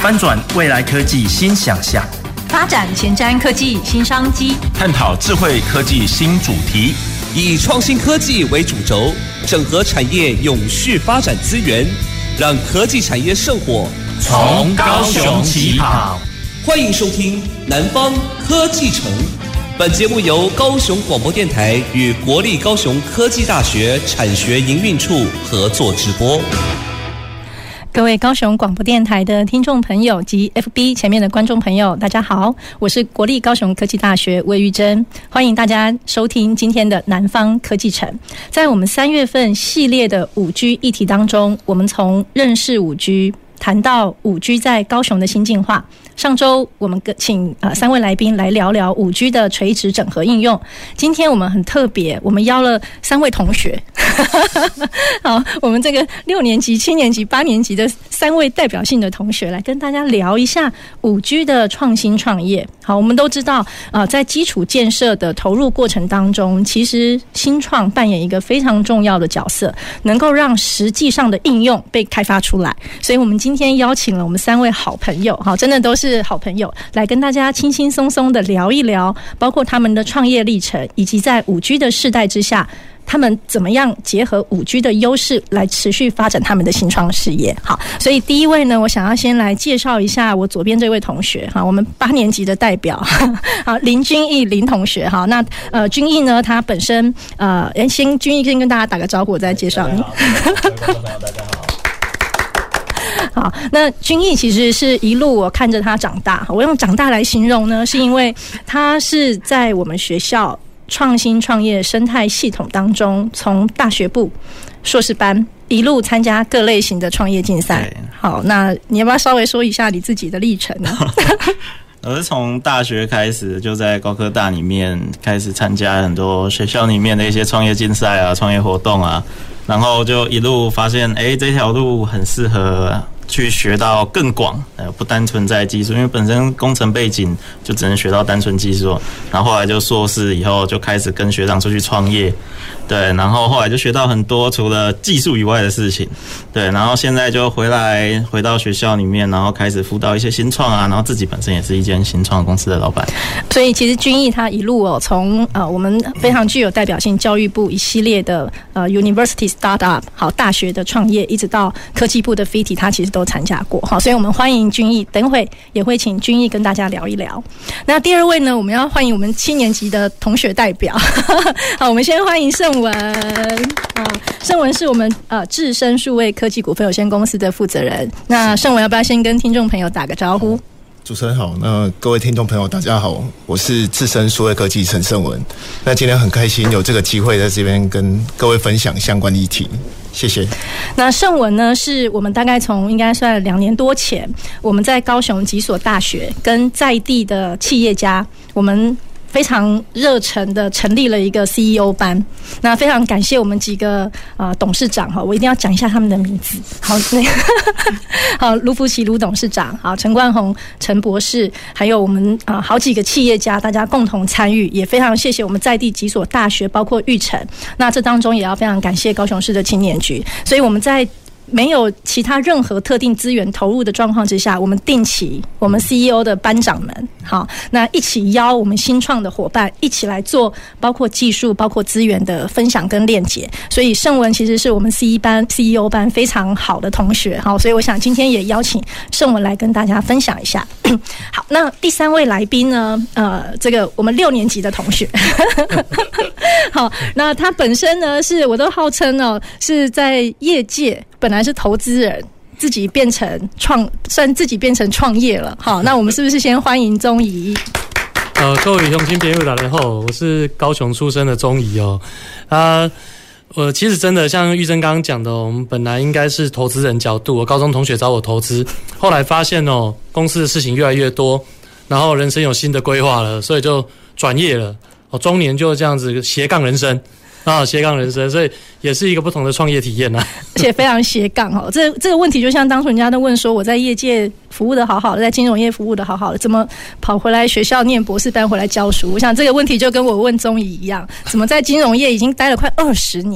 翻转未来科技新想象， 发展前瞻科技新商机， 探讨智慧科技新主题， 以创新科技为主轴，整合产业永续发展资源，让科技产业圣火从高雄起跑。 欢迎收听南方科技城。本节目由高雄广播电台与国立高雄科技大学产学营运处合作直播。 各位高雄广播电台的听众朋友及 FB 前面的观众朋友，大家好，我是国立高雄科技大学魏玉珍，欢迎大家收听今天的南方科技城。在我们3月份系列的 5G 议题当中，我们从认识 5G 谈到 5G 在高雄的新进化。上周我们请3位来宾来聊聊 5G 的垂直整合应用。今天我们很特别，我们邀了3位同学好，我们这个6年级、7年级、8年级的3位代表性的同学来跟大家聊一下 5G 的创新创业。好，我们都知道在基础建设的投入过程当中，其实新创扮演一个非常重要的角色，能够让实际上的应用被开发出来。所以我们今天邀请了我们3位好朋友，好，真的都是好朋友，来跟大家轻轻松松的聊一聊，包括他们的创业历程，以及在 5G 的世代之下，他们怎么样结合 5G 的优势来持续发展他们的新创事业。好，所以第一位呢，我想要先来介绍一下我左边这位同学，我们8年级的代表，好，林君毅林同学。好，那君毅呢，他本身君毅先跟大家打个招呼，我再介绍你。 大家好。 好，那君毅其实是一路我看着他长大，我用长大来形容呢，是因为他是在我们学校创新创业生态系统当中，从大学部硕士班一路参加各类型的创业竞赛。好，那你要不要稍微说一下你自己的历程呢？ 我是从大学开始，就在高科大里面开始参加很多学校里面的一些创业竞赛啊、创业活动啊，然后就一路发现，这条路很适合去学到更广，不单纯在技术，因为本身工程背景就只能学到单纯技术，然后后来就硕士以后就开始跟学长出去创业，对，然后后来就学到很多除了技术以外的事情，对，然后现在就回到学校里面，然后开始辅导一些新创啊，然后自己本身也是一间新创公司的老板。 所以其实君毅他一路从我们非常具有代表性教育部一系列的University Startup 好大学的创业，一直到科技部的 FITI， 他其实都参加过。好，所以我们欢迎君毅，等会也会请君毅跟大家聊一聊。那第2位呢，我们要欢迎我们7年级的同学代表。好，我们先欢迎盛文。盛文是我们智深数位科技股份有限公司的负责人。那盛文要不要先跟听众朋友打个招呼？ 主持人好，那各位听众朋友大家好，我是智深数位科技陈盛文。那今天很开心有这个机会在这边跟各位分享相关议题，谢谢。 那盛文呢，是我们大概从应该算2年多前，我们在高雄几所大学跟在地的企业家，我们非常热忱的成立了一个 CEO 班。那非常感谢我们几个董事长，我一定要讲一下他们的名字。好，好，卢福奇卢董事长，好，陈冠宏陈博士，还有我们好几个企业家，大家共同参与，也非常谢谢我们在地几所大学，包括育成。那这当中也要非常感谢高雄市的青年局。所以我们在没有其他任何特定资源投入的状况之下，我们定期我们 CEO 的班长们，好，那一起邀我们新创的伙伴一起来做包括技术包括资源的分享跟链接。所以盛文其实是我们 CEO 班非常好的同学，好，所以我想今天也邀请盛文来跟大家分享一下。好，那第3位来宾呢，这个我们6年级的同学。好，那他本身呢，我都号称是在业界本来是投资人，自己变成创业了。好，那我们是不是先欢迎宗仪？ 各位乡亲朋友大家好，我是高雄出生的宗仪哦。我其实真的像玉珍刚刚讲的，我们本来应该是投资人角度，我高中同学找我投资，后来发现公司的事情越来越多，然后人生有新的规划了，所以就转业了。中年就这样子斜杠人生。斜杠人生，所以也是一个不同的创业体验啊， 而且非常斜杠哦。这个问题就像当初人家都问说，我在业界服务的好好的，在金融业服务的好好的，怎么跑回来学校念博士班回来教书？我想这个问题就跟我问宗仪一样，怎么在金融业已经待了快20年。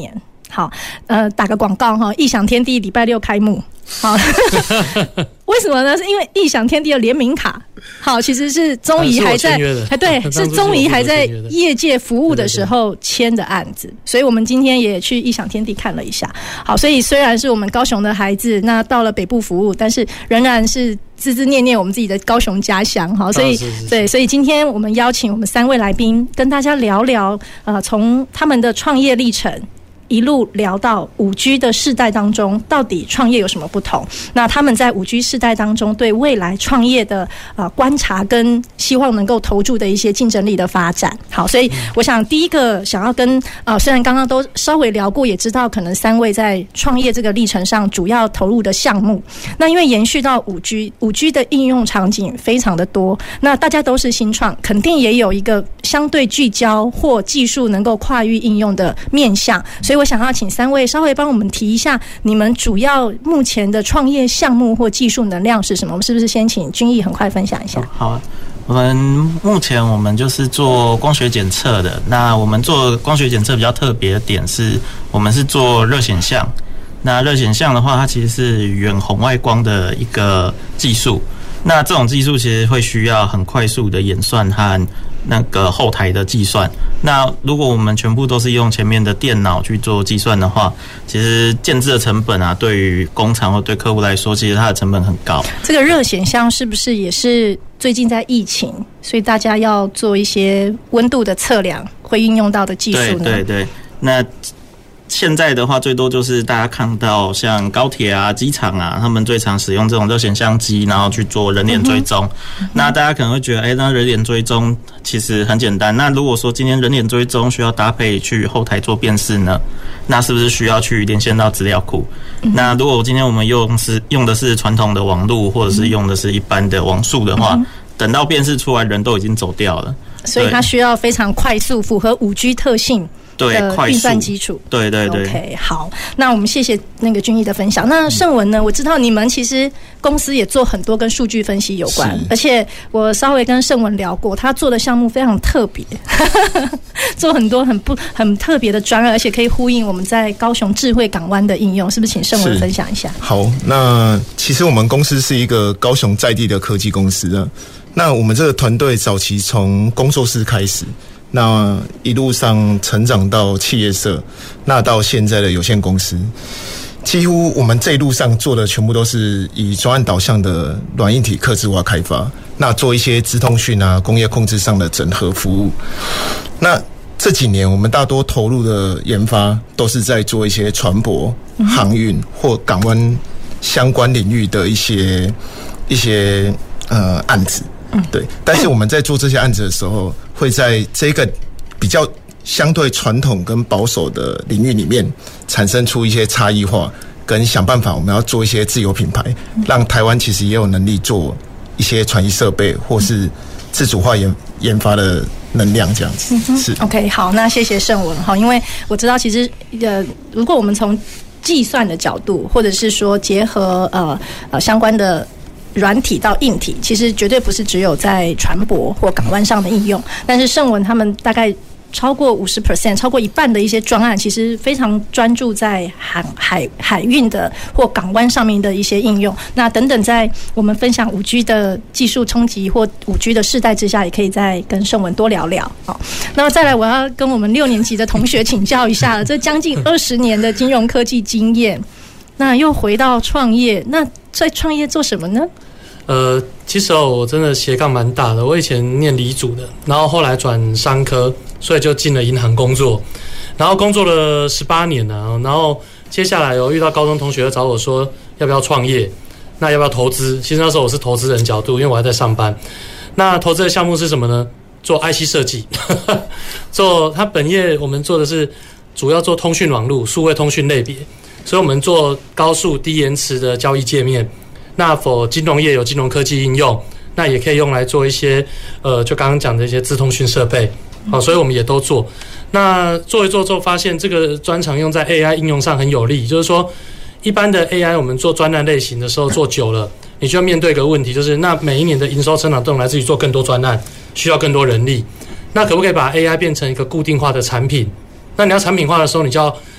好，打个广告哈，异想天地礼拜六开幕。好，为什么呢？是因为异想天地的联名卡，好，其实是宗仪还在，对，是宗仪还在业界服务的时候签的案子，所以我们今天也去异想天地看了一下。好，所以虽然是我们高雄的孩子，那到了北部服务，但是仍然是孜孜念念我们自己的高雄家乡。好，所以对，所以今天我们邀请我们3位来宾跟大家聊聊，从他们的创业历程。一路聊到5G 的世代当中，到底创业有什么不同？那他们在5G 世代当中对未来创业的观察跟希望能够投注的一些竞争力的发展。好，所以我想第一个想要跟虽然刚刚都稍微聊过，也知道可能3位在创业这个历程上主要投入的项目。那因为延续到5G 的应用场景非常的多，那大家都是新创，肯定也有一个相对聚焦或技术能够跨域应用的面向，所以我想要请3位稍微帮我们提一下你们主要目前的创业项目或技术能量是什么？我们是不是先请君毅很快分享一下？ 好啊，目前我们就是做光学检测的。那我们做光学检测比较特别的点是，我们是做热显像。那热显像的话，它其实是远红外光的一个技术。那这种技术其实会需要很快速的演算和那个后台的计算。那如果我们全部都是用前面的电脑去做计算的话，其实建制的成本啊，对于工厂或对客户来说，其实它的成本很高。 这个热显像是不是也是最近在疫情，所以大家要做一些温度的测量会运用到的技术呢？对， 那现在的话，最多就是大家看到像高铁啊、机场啊，他们最常使用这种热显像机，然后去做人脸追踪。那大家可能会觉得，那人脸追踪其实很简单。那如果说今天人脸追踪需要搭配去后台做辨识呢，那是不是需要去连线到资料库？那如果今天我们用的是传统的网路，或者是用的是一般的网速的话，等到辨识出来，人都已经走掉了。 所以它需要非常快速，符合5G 特性。的运算基础， 对 ，OK， 好，那我们谢谢那个君毅的分享。那盛文呢？我知道你们其实公司也做很多跟数据分析有关，而且我稍微跟盛文聊过，他做的项目非常特别，做很多很特别的专案，而且可以呼应我们在高雄智慧港湾的应用，是不是？请盛文分享一下。 好，那其实我们公司是一个高雄在地的科技公司啊。那我们这个团队早期从工作室开始。那一路上成长到企业社，那到现在的有限公司，几乎我们这一路上做的全部都是以专案导向的软硬体客制化开发，那做一些资通讯啊、工业控制上的整合服务。那这几年我们大多投入的研发都是在做一些船舶、航运或港湾相关领域的一些案子。对，但是我们在做这些案子的时候，会在这个比较相对传统跟保守的领域里面，产生出一些差异化，跟想办法我们要做一些自有品牌，让台湾其实也有能力做一些传译设备或是自主化研发的能量，这样子。是 OK， 好，那谢谢盛文哈，因为我知道其实如果我们从计算的角度，或者是说结合相关的。软体到硬体，其实绝对不是只有在船舶或港湾上的应用，但是盛文他们大概超过50%，超过一半的一些专案，其实非常专注在海运的或港湾上面的一些应用。那等等，在我们分享5G 的技术冲击或5G 的世代之下，也可以再跟盛文多聊聊。好，那么再来，我要跟我们6年级的同学请教一下，这将近20年的金融科技经验，那又回到创业，那在创业做什么呢？ 其实我真的斜杠蛮大的。我以前念理组的，然后后来转商科，所以就进了银行工作，然后工作了18年了。然后接下来遇到高中同学找我说要不要创业，那要不要投资？其实那时候我是投资人角度，因为我还在上班。那投资的项目是什么呢？做 IC 设计，做它本业我们做的是主要做通讯网络、数位通讯类别，所以我们做高速低延迟的交易界面。那for金融业有金融科技应用，那也可以用来做一些就刚刚讲的一些资通讯设备，好，所以我们也都做。那做一做之后，发现这个专长用在 AI 应用上很有利，就是说一般的 AI 我们做专案类型的时候做久了，你就要面对一个问题，就是那每一年的营收成长都来自于做更多专案，需要更多人力。那可不可以把 AI 变成一个固定化的产品？那你要产品化的时候，你就要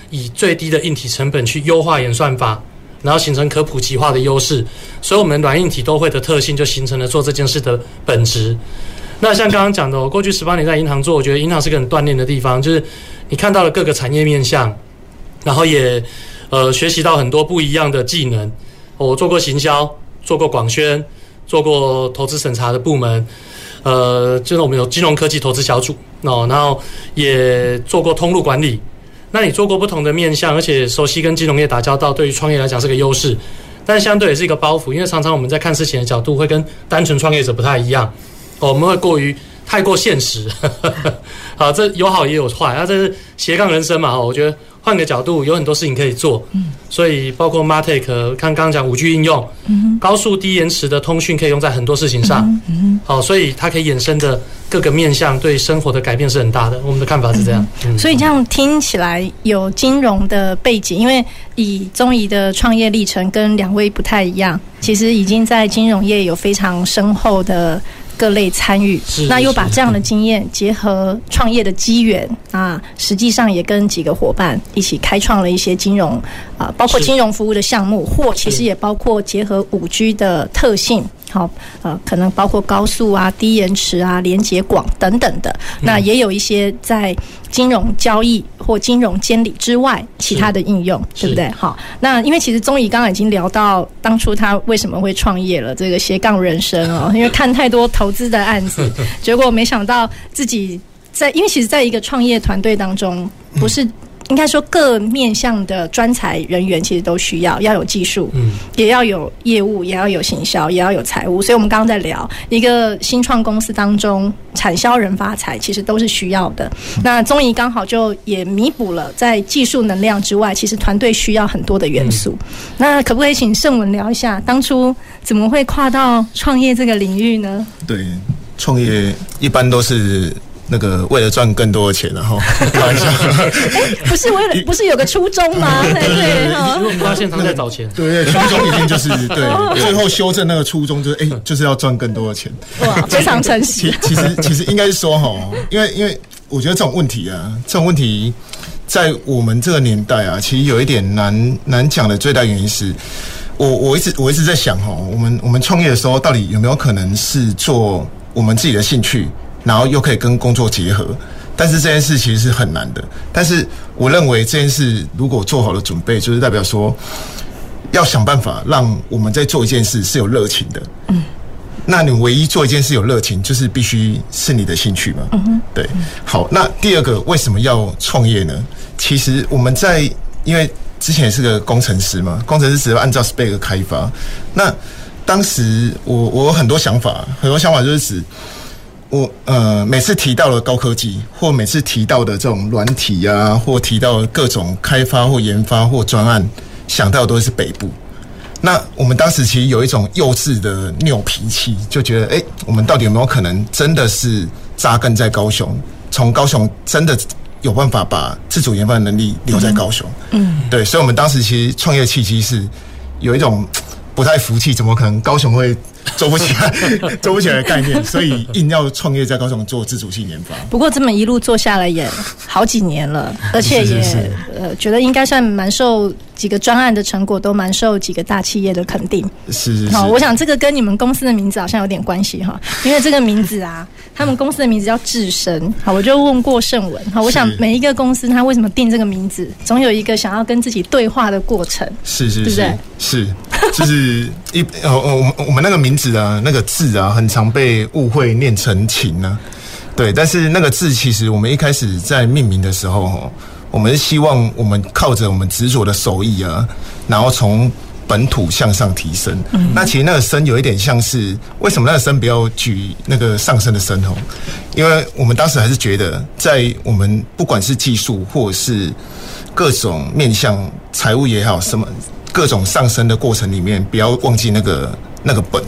以最低的硬体成本去优化演算法，然后形成可普及化的优势。所以我们软硬体都会的特性就形成了做这件事的本质。那像刚刚讲的，我过去18年在银行做，我觉得银行是个很锻炼的地方，就是你看到了各个产业面向，然后也学习到很多不一样的技能。我做过行销，做过广宣，做过投资审查的部门，就是我们有金融科技投资小组哦，然后也做过通路管理。那你做过不同的面向，而且熟悉跟金融业打交道，对于创业来讲是个优势，但相对也是一个包袱，因为常常我们在看事情的角度会跟单纯创业者不太一样。我们会太过现实，好，这有好也有坏，这是斜杠人生嘛，我觉得换个角度，有很多事情可以做，所以包括 Martech， 看刚刚讲5G 应用，高速低延迟的通讯可以用在很多事情上，好，所以它可以衍生的各个面向对生活的改变是很大的，我们的看法是这样。 所以这样听起来有金融的背景，因为以宗仪的创业历程跟2位不太一样，其实已经在金融业有非常深厚的各类参与，那又把这样的经验结合创业的机缘啊，实际上也跟几个伙伴一起开创了一些金融包括金融服务的项目，或其实也包括结合5G 的特性，好可能包括高速啊、低延迟啊、连结广等等的。那也有一些在金融交易或金融监理之外其他的应用，对不对？好，那因为其实宗仪刚刚已经聊到当初他为什么会创业了，这个斜杠人生哦，因为看太多投资的案子，结果没想到自己因为其实在一个创业团队当中，不是应该说各面向的专才人员其实都需要有技术，也要有业务，也要有行销，也要有财务。所以我们刚刚在聊一个新创公司当中，产销人发财其实都是需要的。那宗仪刚好就也弥补了在技术能量之外，其实团队需要很多的元素。那可不可以请盛文聊一下，当初怎么会跨到创业这个领域呢？ 对，创业一般都是那个为了赚更多的钱，然后开玩笑， 不是有个初衷吗？对， 因为我们发现他们在找钱， 对，初衷一定就是对，最后修正那个初衷就是就是要赚更多的钱。 哇，非常诚实。 其实应该是说因为我觉得这种问题在我们这个年代啊，其实有一点难讲的最大原因是，我一直在想我们创业的时候到底有没有可能是做我们自己的兴趣，然后又可以跟工作结合，但是这件事其实是很难的。但是我认为这件事如果做好了准备，就是代表说要想办法让我们在做一件事是有热情的。那你唯一做一件事有热情，就是必须是你的兴趣嘛。对。好，那第二个为什么要创业呢？其实我们因为之前也是个工程师嘛，工程师只要按照 spec 开发。那当时我有很多想法就是指我每次提到了高科技，或每次提到的这种软体啊，或提到各种开发或研发或专案，想到的都是北部。那我们当时其实有一种幼稚的拗脾气，就觉得我们到底有没有可能真的是扎根在高雄，从高雄真的有办法把自主研发的能力留在高雄？对，所以我们当时其实创业契机是有一种不太服气，怎么可能高雄会做不起来的概念，所以硬要创业在高雄做自主性研发。 不过这么一路做下来也好几年了，而且也觉得应该算蛮受几个专案的成果，都蛮受几个大企业的肯定。 是。 好，我想这个跟你们公司的名字好像有点关系哈，因为这个名字啊，他们公司的名字叫智深。好，我就问过盛文，好，我想每一个公司他为什么定这个名字，总有一个想要跟自己对话的过程。 是， 对不对？ 是，就是我们那个名字啊，那个字啊，很常被误会念成情啊。对，但是那个字其实我们一开始在命名的时候，我们是希望我们靠着我们执着的手艺啊，然后从本土向上提升。那其实那个升有一点像是，为什么那个升不要举那个上升的升？因为我们当时还是觉得，在我们不管是技术或者是各种面向财务也好，什么各种上升的过程里面，不要忘记那个本啊。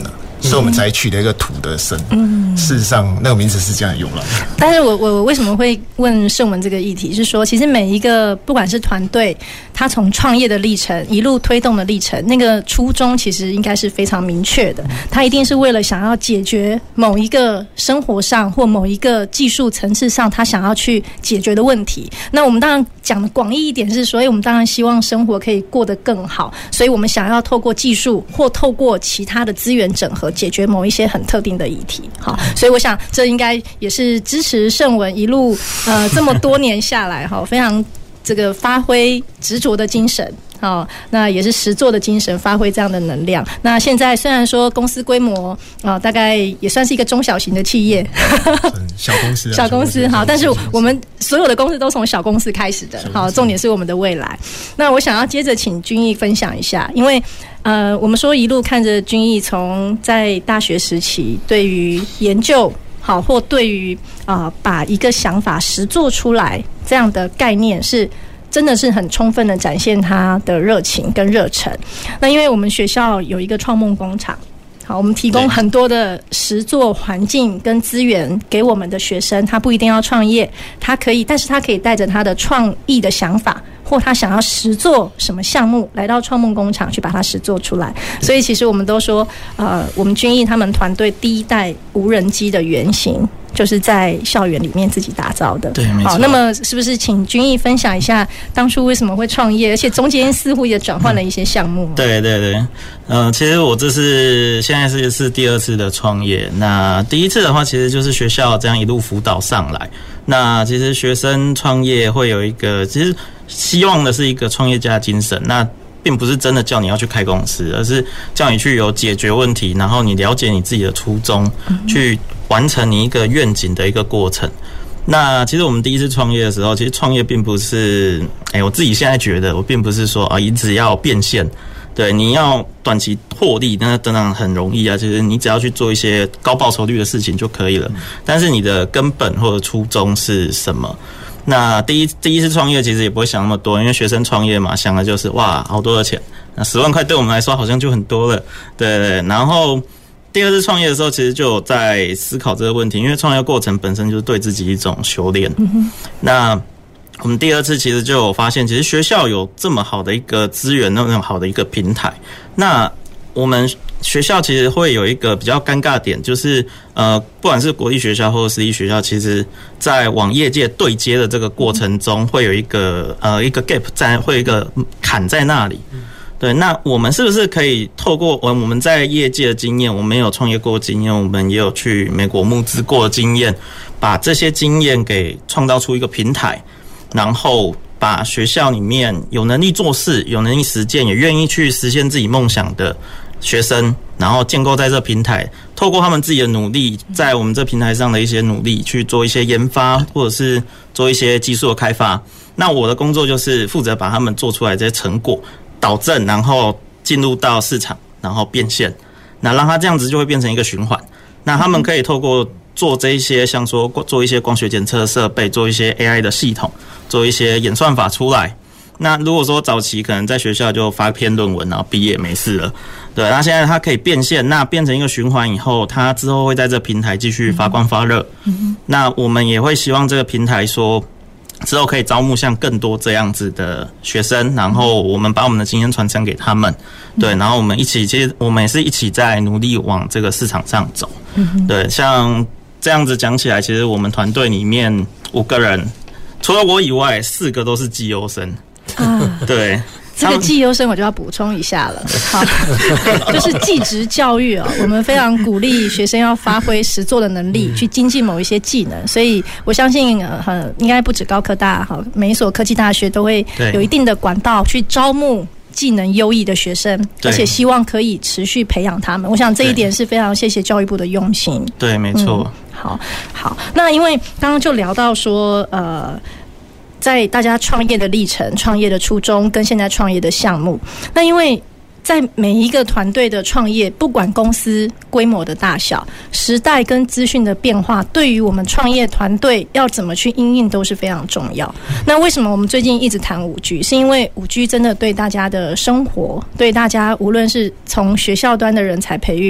所以我们才取了一个土的生。事实上那个名字是这样由来。 但是我为什么会问盛文这个议题，是说其实每一个不管是团队，他从创业的历程一路推动的历程，那个初衷其实应该是非常明确的，他一定是为了想要解决某一个生活上或某一个技术层次上他想要去解决的问题。那我们当然讲的广义一点是，所以我们当然希望生活可以过得更好，所以我们想要透过技术或透过其他的资源整合解决某一些很特定的议题。好，所以我想这应该也是支持盛文一路这么多年下来非常这个发挥执着的精神。那也是实作的精神，发挥这样的能量。那现在虽然说公司规模大概也算是一个中小型的企业， 小公司小公司好，但是我们所有的公司都从小公司开始的。好，重点是我们的未来。那我想要接着请君毅分享一下，因为我们说一路看着君毅从在大学时期对于研究好，或对于把一个想法实作出来这样的概念是。真的是很充分的展现他的热情跟热忱。那因为我们学校有一个创梦工厂，好，我们提供很多的实作环境跟资源给我们的学生，他不一定要创业，但是他可以带着他的创意的想法，或他想要实作什么项目，来到创梦工厂去把它实作出来。所以其实我们都说，我们君毅他们团队第一代无人机的原型。就是在校园里面自己打造的。 对，没错。 好，那么是不是请君毅分享一下当初为什么会创业，而且中间似乎也转换了一些项目？ 对对对，其实我现在是第二次的创业。那第一次的话，其实就是学校这样一路辅导上来。那其实学生创业会有一个，其实希望的是一个创业家精神。那并不是真的叫你要去开公司，而是叫你去有解决问题，然后你了解你自己的初衷，去完成你一个愿景的一个过程。那其实我们第一次创业的时候，其实创业并不是，我自己现在觉得，我并不是说一直要变现，对，你要短期获利，那当然很容易啊。其实你只要去做一些高报酬率的事情就可以了。但是你的根本或者初衷是什么？那第一次创业其实也不会想那么多，因为学生创业嘛，想的就是哇，好多的钱，那10万块对我们来说好像就很多了，对。然后第二次创业的时候，其实就有在思考这个问题，因为创业过程本身就是对自己一种修炼。那我们第二次其实就有发现，其实学校有这么好的一个资源，那么好的一个平台，那我们学校其实会有一个比较尴尬点，就是不管是国立学校或者私立学校，其实在往业界对接的这个过程中，会有一个 gap 会有一个坎在那里。对，那我们是不是可以透过我们在业界的经验，我们有创业过的经验，我们也有去美国募资过的经验，把这些经验给创造出一个平台，然后把学校里面有能力做事、有能力实践、也愿意去实现自己梦想的学生，然后建构在这平台，透过他们自己的努力，在我们这平台上的一些努力，去做一些研发，或者是做一些技术的开发。那我的工作就是负责把他们做出来这些成果导正，然后进入到市场，然后变现，那让它这样子就会变成一个循环。那他们可以透过做这一些，像说做一些光学检测设备，做一些 AI 的系统，做一些演算法出来。那如果说早期可能在学校就发篇论文，然后毕业没事了，对，那现在它可以变现，那变成一个循环以后，它之后会在这平台继续发光发热。那我们也会希望这个平台说，之后可以招募像更多这样子的学生，然后我们把我们的经验传承给他们，对，然后我们其实我们也是一起在努力往这个市场上走，对，像这样子讲起来，其实我们团队里面5个人，除了我以外，4个都是绩优生，对。 这个绩优生我就要补充一下了，好，就是技职教育我们非常鼓励学生要发挥实作的能力，去精进某一些技能，所以我相信应该不止高科大，每一所科技大学都会有一定的管道去招募技能优异的学生，而且希望可以持续培养他们。我想这一点是非常谢谢教育部的用心。 对，没错。 好，那因为刚刚就聊到说在大家创业的历程、创业的初衷跟现在创业的项目，那因为在每一个团队的创业，不管公司规模的大小，时代跟资讯的变化，对于我们创业团队要怎么去因应都是非常重要。那为什么我们最近一直谈5G？是因为5G真的对大家的生活，对大家无论是从学校端的人才培育，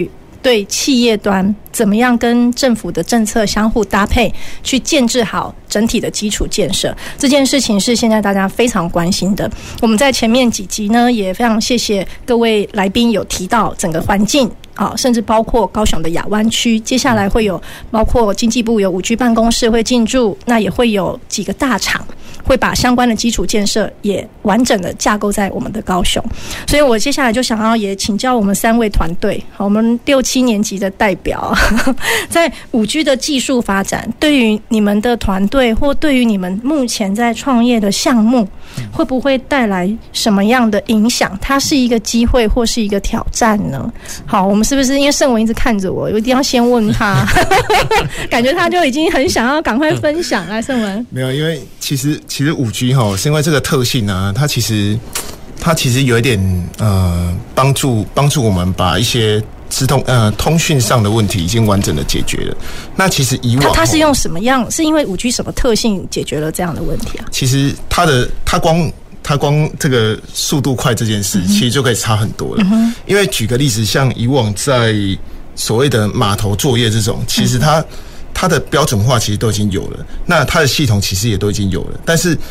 对企业端怎么样跟政府的政策相互搭配，去建制好整体的基础建设，这件事情是现在大家非常关心的。我们在前面几集呢，也非常谢谢各位来宾有提到整个环境甚至包括高雄的亚湾区，接下来会有包括经济部有5G 办公室会进驻，那也会有几个大厂会把相关的基础建设也完整的架构在我们的高雄。所以我接下来就想要也请教我们3位团队，我们6、7年级的代表，在5G 的技术发展，对于你们的团队或对于你们目前在创业的项目，会不会带来什么样的影响？它是一个机会或是一个挑战呢？好，我们是不是因为盛文一直看着我，我一定要先问他，感觉他就已经很想要赶快分享。来，盛文。 没有，因为其实 5G 是因为这个特性啊，它其实有一点帮助我们把一些通讯上的问题已经完整的解决了。那其实以往它是用什么样？是因为5G 什么特性解决了这样的问题啊？ 其实它光这个速度快这件事，其实就可以差很多了。因为举个例子，像以往在所谓的码头作业这种，其实它的标准化其实都已经有了，那它的系统其实也都已经有了。但是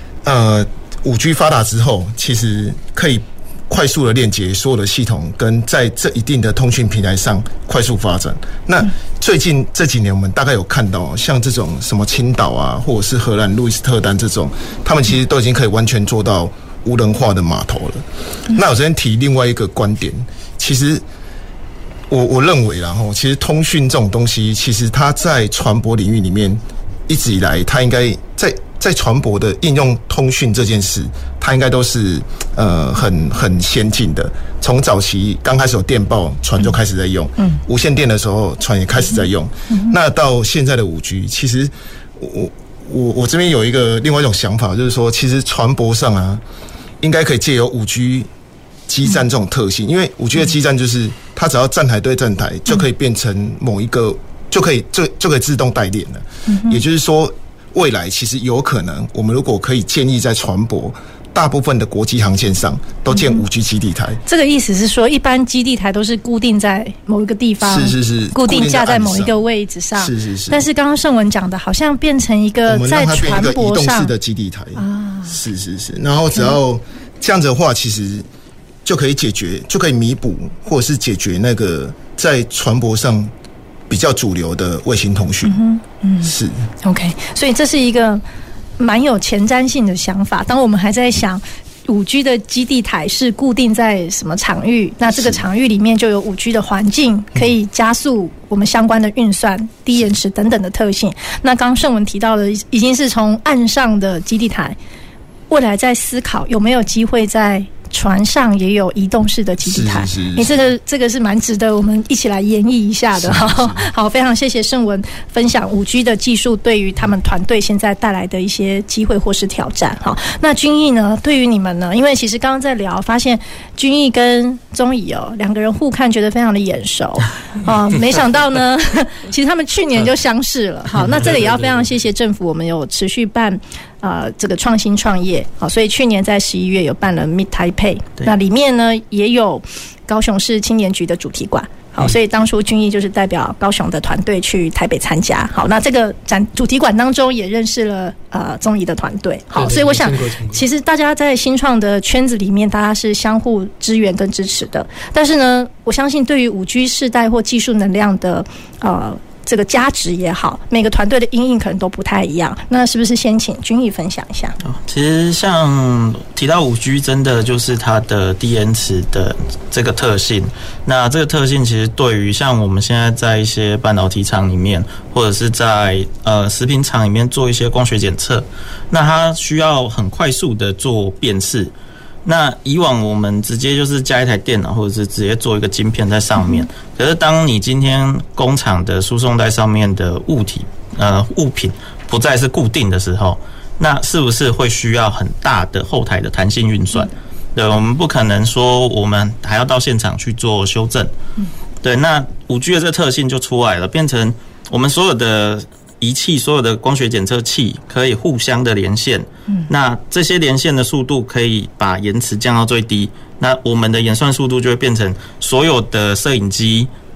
5G 发达之后，其实可以快速的链接所有的系统，跟在这一定的通讯平台上快速发展。那最近这几年，我们大概有看到，像这种什么青岛啊，或者是荷兰路易斯特丹这种，他们其实都已经可以完全做到无人化的码头了。那我这边提另外一个观点，其实我认为啦，其实通讯这种东西，其实它在传播领域里面一直以来，它应该在传播的应用通讯这件事，它应该都是很先进的。从早期刚开始有电报传就开始在用，无线电的时候传也开始在用，那到现在的5G，其实我这边有另外一种想法，就是说，其实传播上啊，应该可以借由5G 基站这种特性，因为5G 的基站就是它只要站台对站台就可以变成某一个，就可以自动带链了。也就是说，未来其实有可能，我们如果可以建议在船舶大部分的国际航线上都建5G 基地台。 这个意思是说，一般基地台都是固定在某一个地方，是固定架在某一个位置上，是。但是刚刚盛文讲的，好像变成一个在船舶上移动式的基地台啊，是。然后只要这样子的话，其实就可以解决，就可以弥补或者是解决那个在船舶上比较主流的卫星通讯。是 OK， 所以这是一个蛮有前瞻性的想法。当我们还在想5G 的基地台是固定在什么场域，那这个场域里面就有5G 的环境，可以加速我们相关的运算、低延迟等等的特性。那刚刚盛文提到的，已经是从岸上的基地台，未来在思考有没有机会在船上也有移动式的基地台，这个是蛮值得我们一起来研议一下的。好，非常谢谢盛文分享5G 的技术对于他们团队现在带来的一些机会或是挑战。好，那君毅呢？对于你们呢？因为其实刚刚在聊，发现君毅跟宗仪两个人互看，觉得非常的眼熟没想到呢，其实他们去年就相识了。好，那这个也要非常谢谢政府，我们有持续办这个创新创业，好，所以去年在11月有办了 Meet Taipei， 那里面呢也有高雄市青年局的主题馆，好，所以当初君毅就是代表高雄的团队去台北参加，好，那这个主题馆当中也认识了宗仪的团队，好，所以我想其实大家在新创的圈子里面，大家是相互支援跟支持的，但是呢，我相信对于5G 世代或技术能量的这个价值也好，每个团队的因应可能都不太一样。那是不是先请君毅分享一下？ 其实像提到5G，真的就是它的低延迟的这个特性。那这个特性其实对于像我们现在在一些半导体厂里面，或者是在食品厂里面做一些光学检测，那它需要很快速的做辨识。那以往我们直接就是加一台电脑，或者是直接做一个晶片在上面。可是当你今天工厂的输送带上面的物品不再是固定的时候，那是不是会需要很大的后台的弹性运算？对，我们不可能说我们还要到现场去做修正。对，那5G 的这个特性就出来了，变成我们所有的仪器，所有的光学检测器可以互相的连线，那这些连线的速度可以把延迟降到最低，那我们的演算速度就会变成所有的摄影机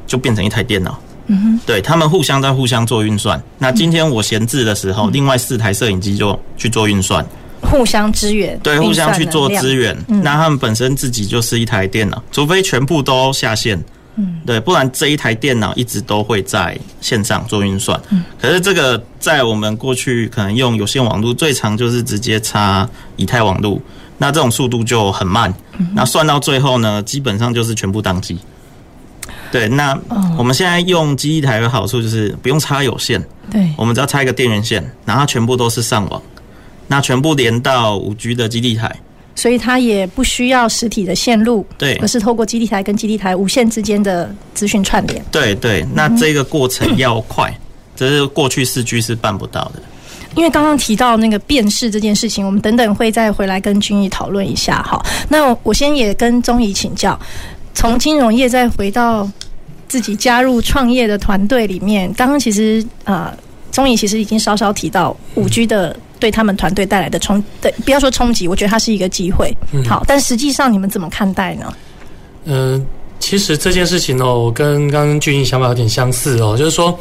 就变成一台电脑。对，他们互相做运算。那今天我闲置的时候，另外4台摄影机就去做运算， 互相支援。 对，互相去做支援。那他们本身自己就是一台电脑，除非全部都下线。对，不然这一台电脑一直都会在线上做运算。可是这个在我们过去可能用有线网络，最常就是直接插以太网路，那这种速度就很慢。那算到最后呢，基本上就是全部宕机。对，那我们现在用基地台的好处就是不用插有线，对，我们只要插一个电源线，然后它全部都是上网，那全部连到5G 的基地台。 所以它也不需要实体的线路，对，而是透过基地台跟基地台无线之间的资讯串联。对对，那这个过程要快，这是过去4G 是办不到的。因为刚刚提到那个辨识这件事情，我们等等会再回来跟君毅讨论一下。好，那我先也跟宗仪请教，从金融业再回到自己加入创业的团队里面，刚刚其实宗仪其实已经稍稍提到5G 的对他们团队带来的不要说冲击，我觉得它是一个机会。好，但实际上你们怎么看待呢？其实这件事情我跟刚刚君毅想法有点相似就是说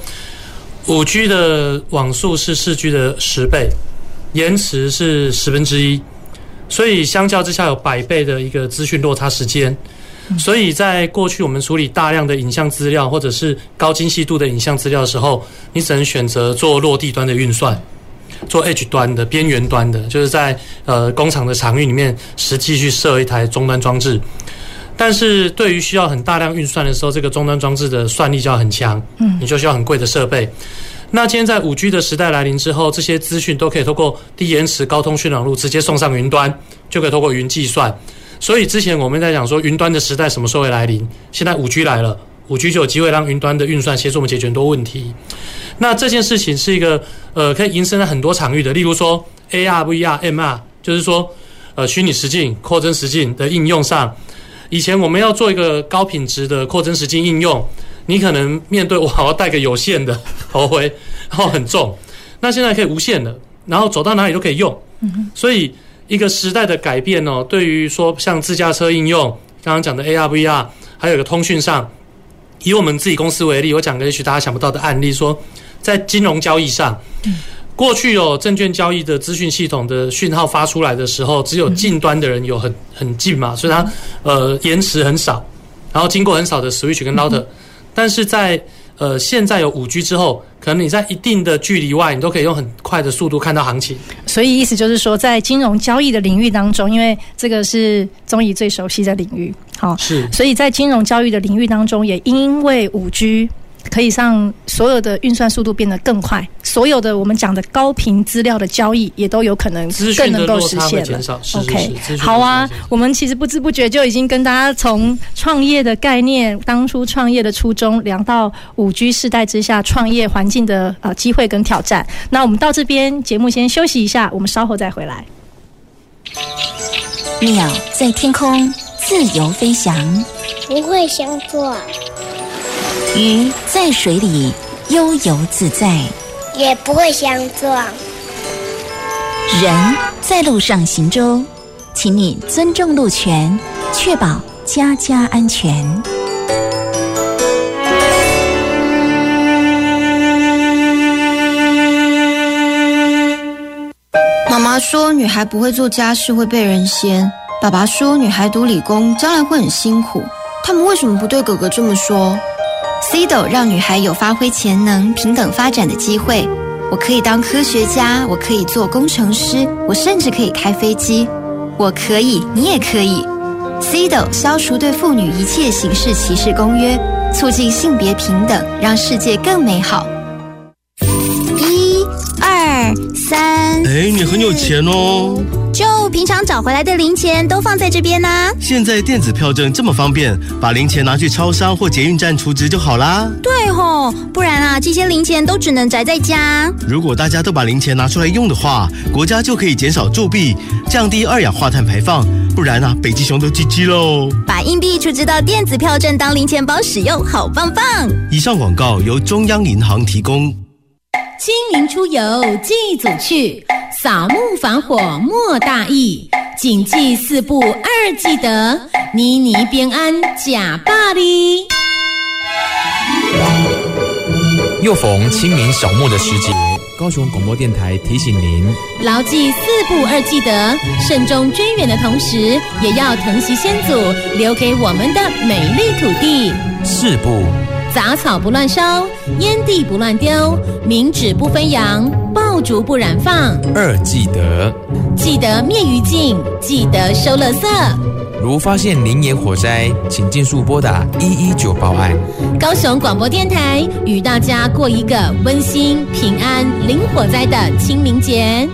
5G 的网速是4G 的10倍，延迟是1/10，所以相较之下有100倍的一个资讯落差时间。所以在过去我们处理大量的影像资料或者是高精细度的影像资料的时候，你只能选择做落地端的运算，做 Edge 端的边缘端的，就是在工厂的场域里面实际去设一台终端装置。但是对于需要很大量运算的时候，这个终端装置的算力就要很强，你就需要很贵的设备。那今天在5G 的时代来临之后，这些资讯都可以透过低延迟高通讯网路直接送上云端，就可以透过云计算。所以之前我们在讲说云端的时代什么时候会来临，现在5G 来了，5G 就有机会让云端的运算协助我们解决很多问题。那这件事情是一个可以延伸在很多场域的，例如说 AR、VR、MR， 就是说虚拟实境、扩增实境的应用上，以前我们要做一个高品质的扩增实境应用，你可能面对我要带个有线的头盔，然后很重，那现在可以无线的，然后走到哪里都可以用。所以一个时代的改变对于说像自驾车应用，刚刚讲的 AR、VR， 还有一个通讯上，以我们自己公司为例，我讲个也许大家想不到的案例，说在金融交易上，过去证券交易的资讯系统的讯号发出来的时候，只有近端的人有很近嘛，所以它延迟很少，然后经过很少的 switch 跟 router，但是在现在有5G 之后，可能你在一定的距离外，你都可以用很快的速度看到行情。所以意思就是说，在金融交易的领域当中，因为这个是宗仪最熟悉的领域，好，是，所以在金融交易的领域当中，也因为5G。可以让所有的运算速度变得更快，所有的我们讲的高频资料的交易也都有可能更能够实现了。OK， 好啊，我们其实不知不觉就已经跟大家从创业的概念、当初创业的初衷，聊到5G 世代之下创业环境的机会跟挑战。那我们到这边节目先休息一下，我们稍后再回来。 鸟在天空自由飞翔， 不会相撞。 鱼在水里悠游自在， 也不会相撞。 人在路上行舟，请你尊重路权，确保家家安全。 妈妈说女孩不会做家事会被人嫌，爸爸说女孩读理工将来会很辛苦，他们为什么不对哥哥这么说？CIDO 让女孩有发挥潜能、平等发展的机会。我可以当科学家，我可以做工程师，我甚至可以开飞机。我可以，你也可以。CIDO 消除对妇女一切形式歧视公约，促进性别平等，让世界更美好。1、2、3。 你很有钱哦。 就平常找回来的零钱都放在这边啊。 现在电子票证这么方便，把零钱拿去超商或捷运站储值就好啦。 对吼，不然这些零钱都只能宅在家。 如果大家都把零钱拿出来用的话，国家就可以减少铸币，降低2氧化碳排放。不然北极熊都GG喽。 把硬币储值到电子票证当零钱包使用，好棒棒。 以上广告由中央银行提供。 清明出游祭祖去，扫墓防火莫大意，谨记4不2记得，妮妮边安假霸哩。 又逢清明扫墓的时节，高雄广播电台提醒您， 牢记4不2记得，慎终追远的同时，也要疼惜先祖留给我们的美丽土地。 4不： 杂草不乱烧，烟蒂不乱丢，冥纸不飞扬，爆竹不燃放。 2记得： 记得灭余烬，记得收垃圾。 如发现林野火灾，请尽速拨打119报案。 高雄广播电台与大家过一个温馨、平安、零火灾的清明节。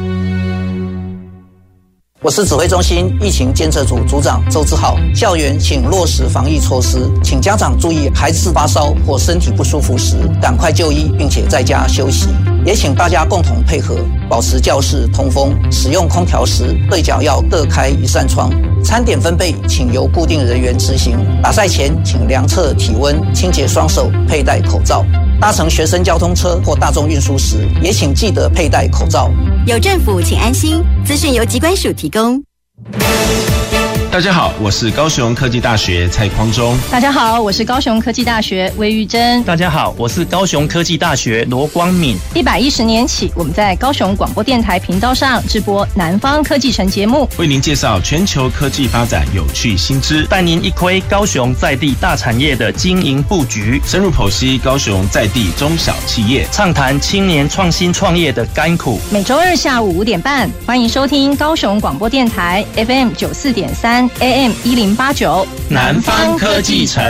我是指挥中心疫情监测组组长周志浩。校园请落实防疫措施，请家长注意，孩子发烧或身体不舒服时，赶快就医，并且在家休息。也请大家共同配合，保持教室通风，使用空调时对角要各开1扇窗。餐点分配请由固定人员执行。打赛前请量测体温，清洁双手，佩戴口罩。搭乘学生交通车或大众运输时，也请记得佩戴口罩。 有政府，请安心。资讯由疾管署提供。 大家好，我是高雄科技大学蔡匡忠。 大家好，我是高雄科技大学魏玉珍。 大家好，我是高雄科技大学罗光敏。 110年起，我们在高雄广播电台频道上直播南方科技城节目， 为您介绍全球科技发展有趣新知， 带您一窥高雄在地大产业的经营布局， 深入剖析高雄在地中小企业， 畅谈青年创新创业的甘苦。 每周2下午5点半，欢迎收听高雄广播电台 FM 94.3。AM 1089 南方科技城。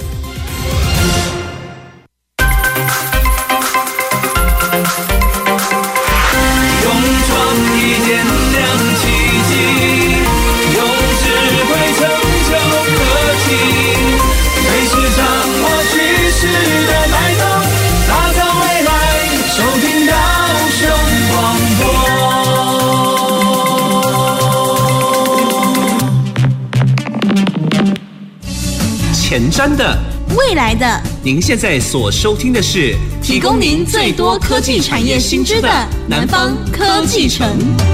前瞻的， 未来的， 您现在所收听的是提供您最多科技产业新知的南方科技城。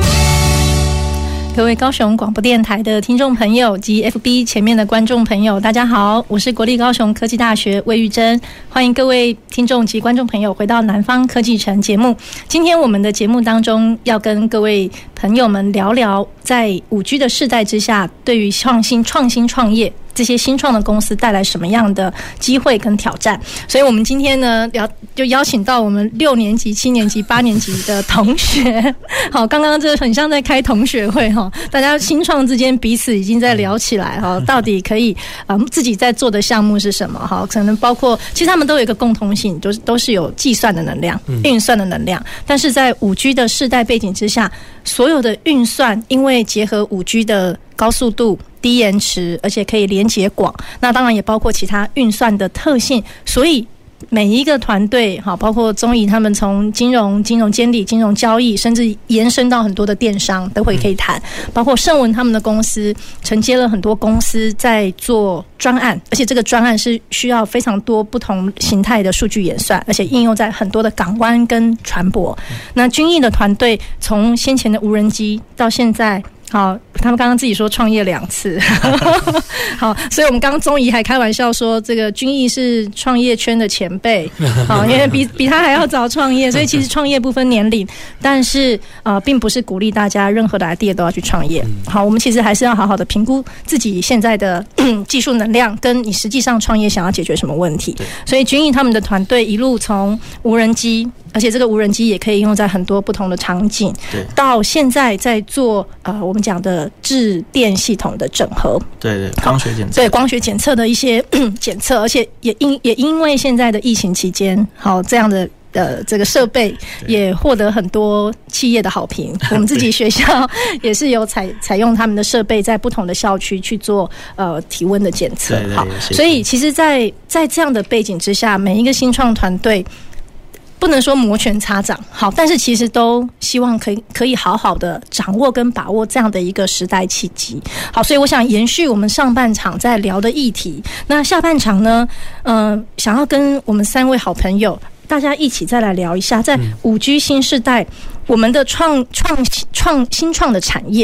各位高雄广播电台的听众朋友及 FB 前面的观众朋友，大家好，我是国立高雄科技大学魏玉珍，欢迎各位听众及观众朋友回到南方科技城节目。今天我们的节目当中要跟各位朋友们聊聊，在5G 的世代之下，对于创新创业这些新创的公司带来什么样的机会跟挑战。所以我们今天呢就邀请到我们6年级、7年级、8年级的同学。好，刚刚这很像在开同学会哈，大家新创之间彼此已经在聊起来哈，到底可以自己在做的项目是什么哈？可能包括其实他们都有一个共同性，都是有计算的能量、运算的能量。但是在5G 的世代背景之下，所有的运算因为结合5G 的高速度、低延迟，而且可以连结广，那当然也包括其他运算的特性，所以每一个团队，包括中怡他们从金融监理、金融交易，甚至延伸到很多的电商，都会可以谈。包括盛文他们的公司承接了很多公司在做专案，而且这个专案是需要非常多不同形态的数据演算，而且应用在很多的港湾跟船舶。那君毅的团队从先前的无人机到现在。好，他们刚刚自己说创业2次，好，所以我们刚刚中怡还开玩笑说，这个君毅是创业圈的前辈，好，因为比他还要早创业，所以其实创业不分年龄，但是并不是鼓励大家任何的 idea 都要去创业。好，我们其实还是要好好的评估自己现在的技术能量，跟你实际上创业想要解决什么问题。所以君毅他们的团队一路从无人机。而且这个无人机也可以用在很多不同的场景，到现在在做我们讲的制电系统的整合， 对，光学检测， 对光学检测的一些检测，而且也因为现在的疫情期间，好这样的这个设备也获得很多企业的好评。我们自己学校也是有采用他们的设备，在不同的校区去做体温的检测。好，所以其实在这样的背景之下，每一个新创团队。不能说摩拳擦掌，好，但是其实都希望可以好好的掌握跟把握这样的一个时代契机。好，所以我想延续我们上半场在聊的议题，那下半场呢，想要跟我们3位好朋友大家一起再来聊一下，在5G 新世代，我们的新创的产业。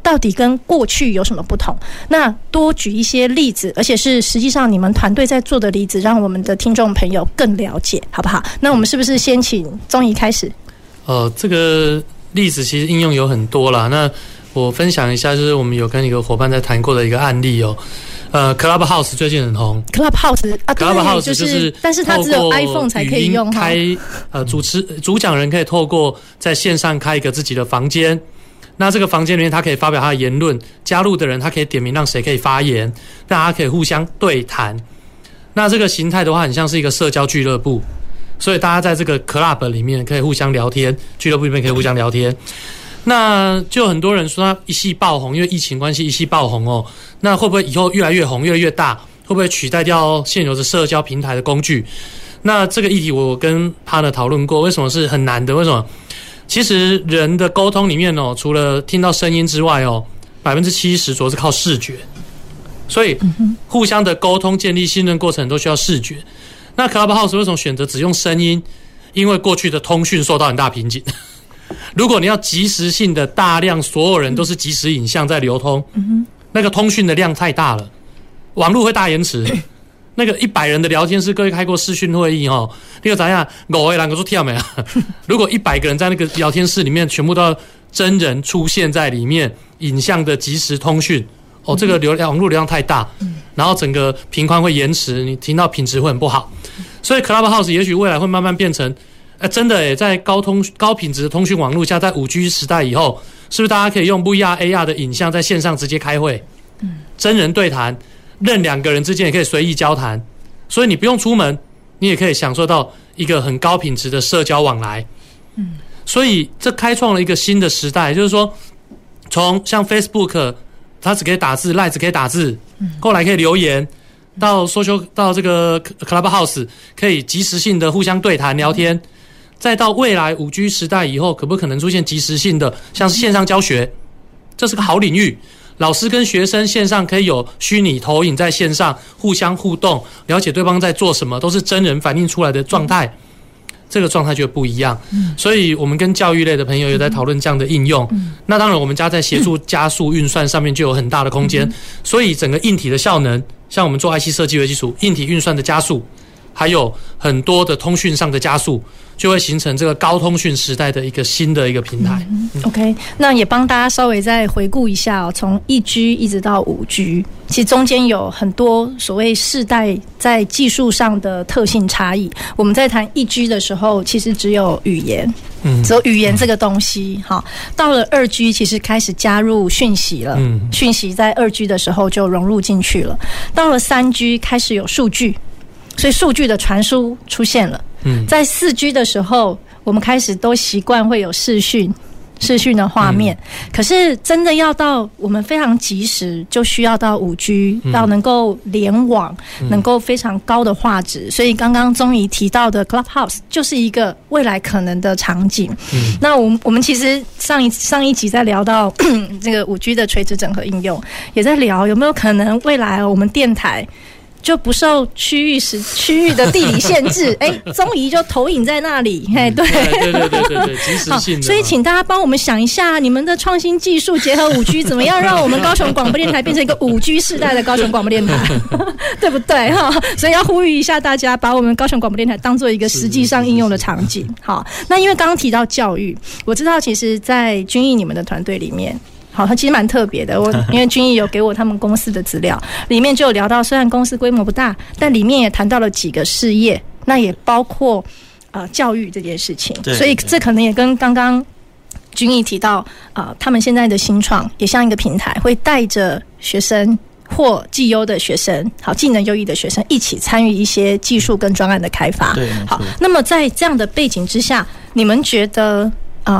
到底跟过去有什么不同？那多举一些例子，而且是实际上你们团队在做的例子，让我们的听众朋友更了解，好不好？那我们是不是先请宗仪开始？ 这个例子其实应用有很多啦。那我分享一下，就是我们有跟一个伙伴在谈过的一个案例哦。Clubhouse 最近很红。Clubhouse 就是， 但是它只有 iPhone 才可以用哈。 主讲人可以透过在线上开一个自己的房间，那这个房间里面他可以发表他的言论，加入的人他可以点名让谁可以发言，大家可以互相对谈。那这个形态的话，很像是一个社交俱乐部，所以大家在这个 Club 里面可以互相聊天，俱乐部里面可以互相聊天。那就很多人说他一夕爆红，因为疫情关系一夕爆红哦。那会不会以后越来越红，越来越大？会不会取代掉现有的社交平台的工具？那这个议题我跟 partner 讨论过，为什么是很难的？为什么？其实人的沟通里面哦，除了听到声音之外哦，70%主要是靠视觉，所以互相的沟通、建立信任过程都需要视觉。那 Clubhouse 为什么选择只用声音？因为过去的通讯受到很大瓶颈。如果你要即时性的大量所有人都是即时影像在流通，那个通讯的量太大了，网络会大延迟。那个100人的聊天室，各位开过视讯会议哦，那个怎样5个人都跳没啊？如果100个人在那个聊天室里面，全部都要真人出现在里面，影像的即时通讯，哦，这个网络流量太大，然后整个频宽会延迟，你听到品质会很不好。所以 Clubhouse 也许未来会慢慢变成。真的在高品质的通讯网络下，在5G 时代以后，是不是大家可以用 VR、AR 的影像在线上直接开会，真人对谈，任2个人之间也可以随意交谈，所以你不用出门，你也可以享受到一个很高品质的社交往来。所以这开创了一个新的时代，就是说，从像 Facebook， 它只可以打字 ，Line 只可以打字，后来可以留言。到这个 Clubhouse 可以即时性的互相对谈聊天，再到未来5G 时代以后，可不可能出现即时性的，像是线上教学，这是个好领域。老师跟学生线上可以有虚拟投影在线上互相互动，了解对方在做什么，都是真人反映出来的状态。这个状态就不一样，所以我们跟教育类的朋友也在讨论这样的应用。那当然，我们家在协助加速运算上面就有很大的空间，所以整个硬体的效能，像我们做 IC 设计为基础，硬体运算的加速，还有很多的通讯上的加速，就会形成这个高通讯时代的一个新的一个平台。 OK， 那也帮大家稍微再回顾一下哦，从1G 一直到5G， 其实中间有很多所谓世代在技术上的特性差异。我们在谈1G 的时候，其实只有语言，只有语言这个东西。好，到了2G， 其实开始加入讯息了，讯息在2G 的时候就融入进去了。到了3G， 开始有数据。所以数据的传输出现了。在4G 的时候，我们开始都习惯会有视讯的画面。可是真的要到我们非常及时，就需要到5G，要能够联网，能够非常高的画质。所以刚刚宗仪提到的 Clubhouse 就是一个未来可能的场景。那我们其实上一集在聊到这个5G 的垂直整合应用，也在聊有没有可能未来我们电台就不受区域的地理限制，宗仪就投影在那里，对， 即时性的。 所以请大家帮我们想一下，你们的创新技术结合5G， 怎么样让我们高雄广播电台变成一个5G 世代的高雄广播电台，对不对？所以要呼吁一下大家，把我们高雄广播电台当做一个实际上应用的场景。好，那因为刚刚提到教育，我知道其实在君毅你们的团队里面。好，它其实蛮特别的。因为君毅有给我他们公司的资料，里面就有聊到，虽然公司规模不大，但里面也谈到了几个事业，那也包括教育这件事情。所以这可能也跟刚刚君毅提到他们现在的新创也像一个平台，会带着学生或绩优的学生，好，技能优异的学生一起参与一些技术跟专案的开发。好，那么在这样的背景之下，你们觉得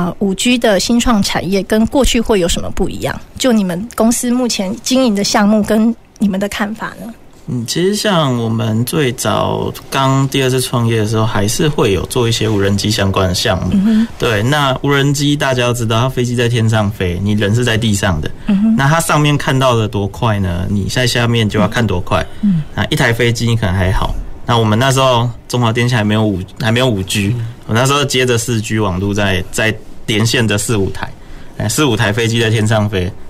5G 的新创产业跟过去会有什么不一样？就你们公司目前经营的项目跟你们的看法呢？ 其实像我们最早刚第2次创业的时候，还是会有做一些无人机相关的项目。对，那无人机大家要知道，它飞机在天上飞，你人是在地上的。那它上面看到的多快呢？你在下面就要看多快。那一台飞机你可能还好。那我们那时候中华电信还没有 5G， 我那时候接着4G 网路在连线的4-5台飞机在天上飞，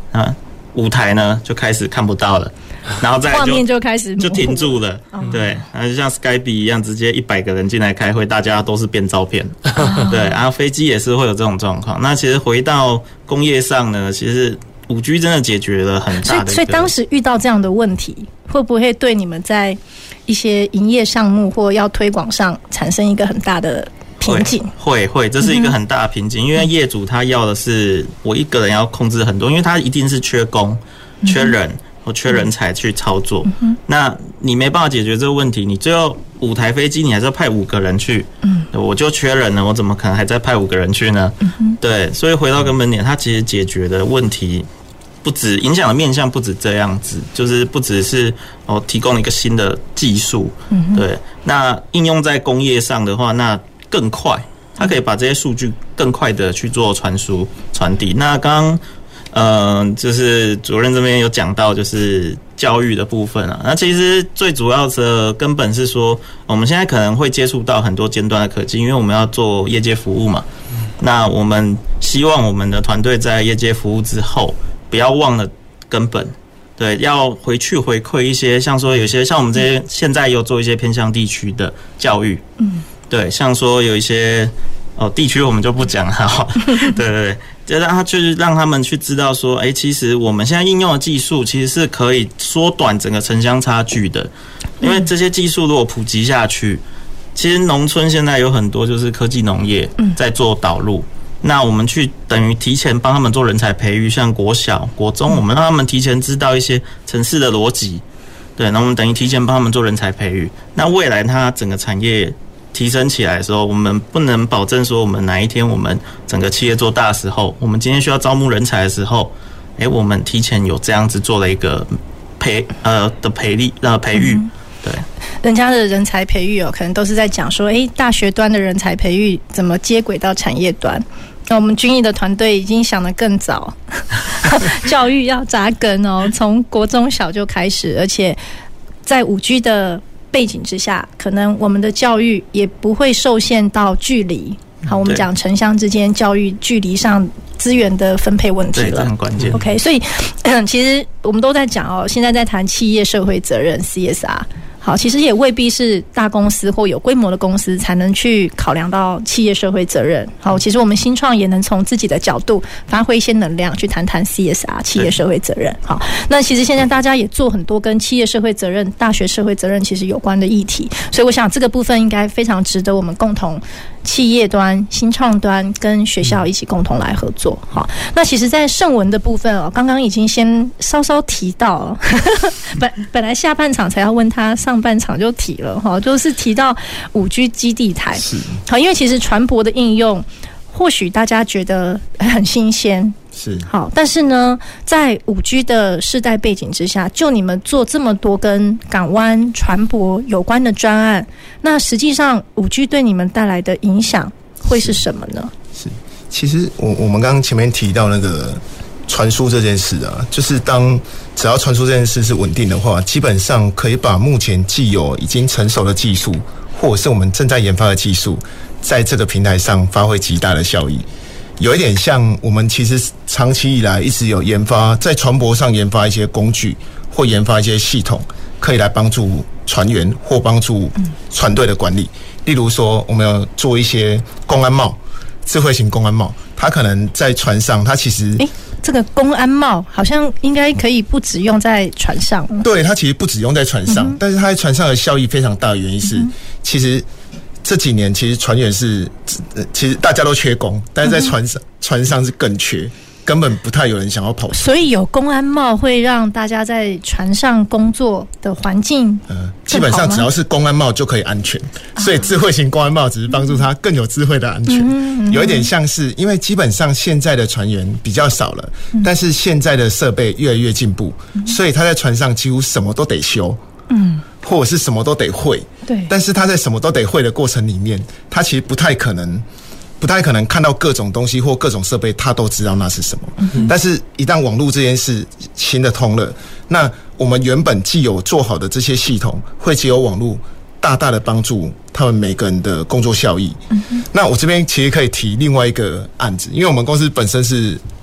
舞台呢就开始看不到了，然后再画面就开始就停住了，对，然后就像 Skype 一样，直接100个人进来开会，大家都是变照片，对，然后飞机也是会有这种状况。那其实回到工业上呢，其实5G 真的解决了很大的， 所以当时遇到这样的问题，会不会对你们在一些营业项目或要推广上产生一个很大的瓶颈？ 会，这是一个很大的瓶颈，因为业主他要的是我一个人要控制很多，因为他一定是缺工、缺人或缺人才去操作。那你没办法解决这个问题，你最后5台飞机，你还是要派5个人去。我就缺人了，我怎么可能还再派5个人去呢？对，所以回到根本点，它其实解决的问题不止影响的面向不止这样子，就是不只是提供一个新的技术。对，那应用在工业上的话，那更快，它可以把这些数据更快的去做传输传递。那刚刚就是主任这边有讲到，就是教育的部分啊。那其实最主要的根本是说，我们现在可能会接触到很多尖端的科技，因为我们要做业界服务嘛。那我们希望我们的团队在业界服务之后，不要忘了根本。对，要回去回馈一些，像说有些像我们这些现在有做一些偏向地区的教育。对，像说有一些地区我们就不讲了，对，就让他们去知道说，其实我们现在应用的技术其实是可以缩短整个城乡差距的，因为这些技术如果普及下去，其实农村现在有很多就是科技农业在做导入，那我们去等于提前帮他们做人才培育，像国小、国中，我们让他们提前知道一些程式的逻辑，对，那我们等于提前帮他们做人才培育，那未来它整个产业提升起来的时候，我们不能保证说我们哪一天我们整个企业做大的时候，我们今天需要招募人才的时候，我们提前有这样子做了一个培育，对， 人家的人才培育可能都是在讲说，大学端的人才培育怎么接轨到产业端。那我们军艺的团队已经想得更早，教育要扎根从国中小就开始，而且在5G 的背景之下，可能我们的教育也不会受限到距离。好，我们讲城乡之间教育距离上资源的分配问题了， 对，这很关键。 OK， 所以其实我们都在讲现在在谈企业社会责任 CSR。好，其实也未必是大公司或有规模的公司才能去考量到企业社会责任。好，其实我们新创也能从自己的角度发挥一些能量去谈谈 CSR 企业社会责任。好，那其实现在大家也做很多跟企业社会责任、大学社会责任其实有关的议题，所以我想这个部分应该非常值得我们共同企业端、新创端跟学校一起共同来合作。好，那其实在盛文的部分刚刚已经先稍稍提到本来下半场才要问他，上半场就提了就是提到5G 基地台。好，因为其实船舶的应用或许大家觉得很新鲜， 是好，但是呢，在5G 的世代背景之下，就你们做这么多跟港湾船舶有关的专案，那实际上5G 对你们带来的影响会是什么呢？ 是，其实我们刚刚前面提到那个传输这件事啊，就是只要传输这件事是稳定的话，基本上可以把目前既有已经成熟的技术，或者是我们正在研发的技术，在这个平台上发挥极大的效益。有一点像我们其实长期以来一直有研发，在船舶上研发一些工具，或研发一些系统，可以来帮助船员或帮助船队的管理。例如说，我们要做一些公安帽，智慧型公安帽，它可能在船上，它其实这个公安帽好像应该可以不只用在船上。 对，它其实不只用在船上，但是它在船上的效益非常大的原因是，其实这几年其实船员其实大家都缺工，但是在船上是更缺，根本不太有人想要跑船。 所以有公安帽会让大家在船上工作的环境基本上只要是公安帽就可以安全，所以智慧型公安帽只是帮助它更有智慧的安全。有一点像是，因为基本上现在的船员比较少了，但是现在的设备越来越进步，所以他在船上几乎什么都得修，或者是什么都得会。 对， 但是他在什么都得会的过程里面，他其实不太可能看到各种东西或各种设备，他都知道那是什么。但是一旦网络这件事行得通了，那我们原本既有做好的这些系统，会藉由网络大大的帮助他们每个人的工作效益。那我这边其实可以提另外一个案子，因为我们公司本身是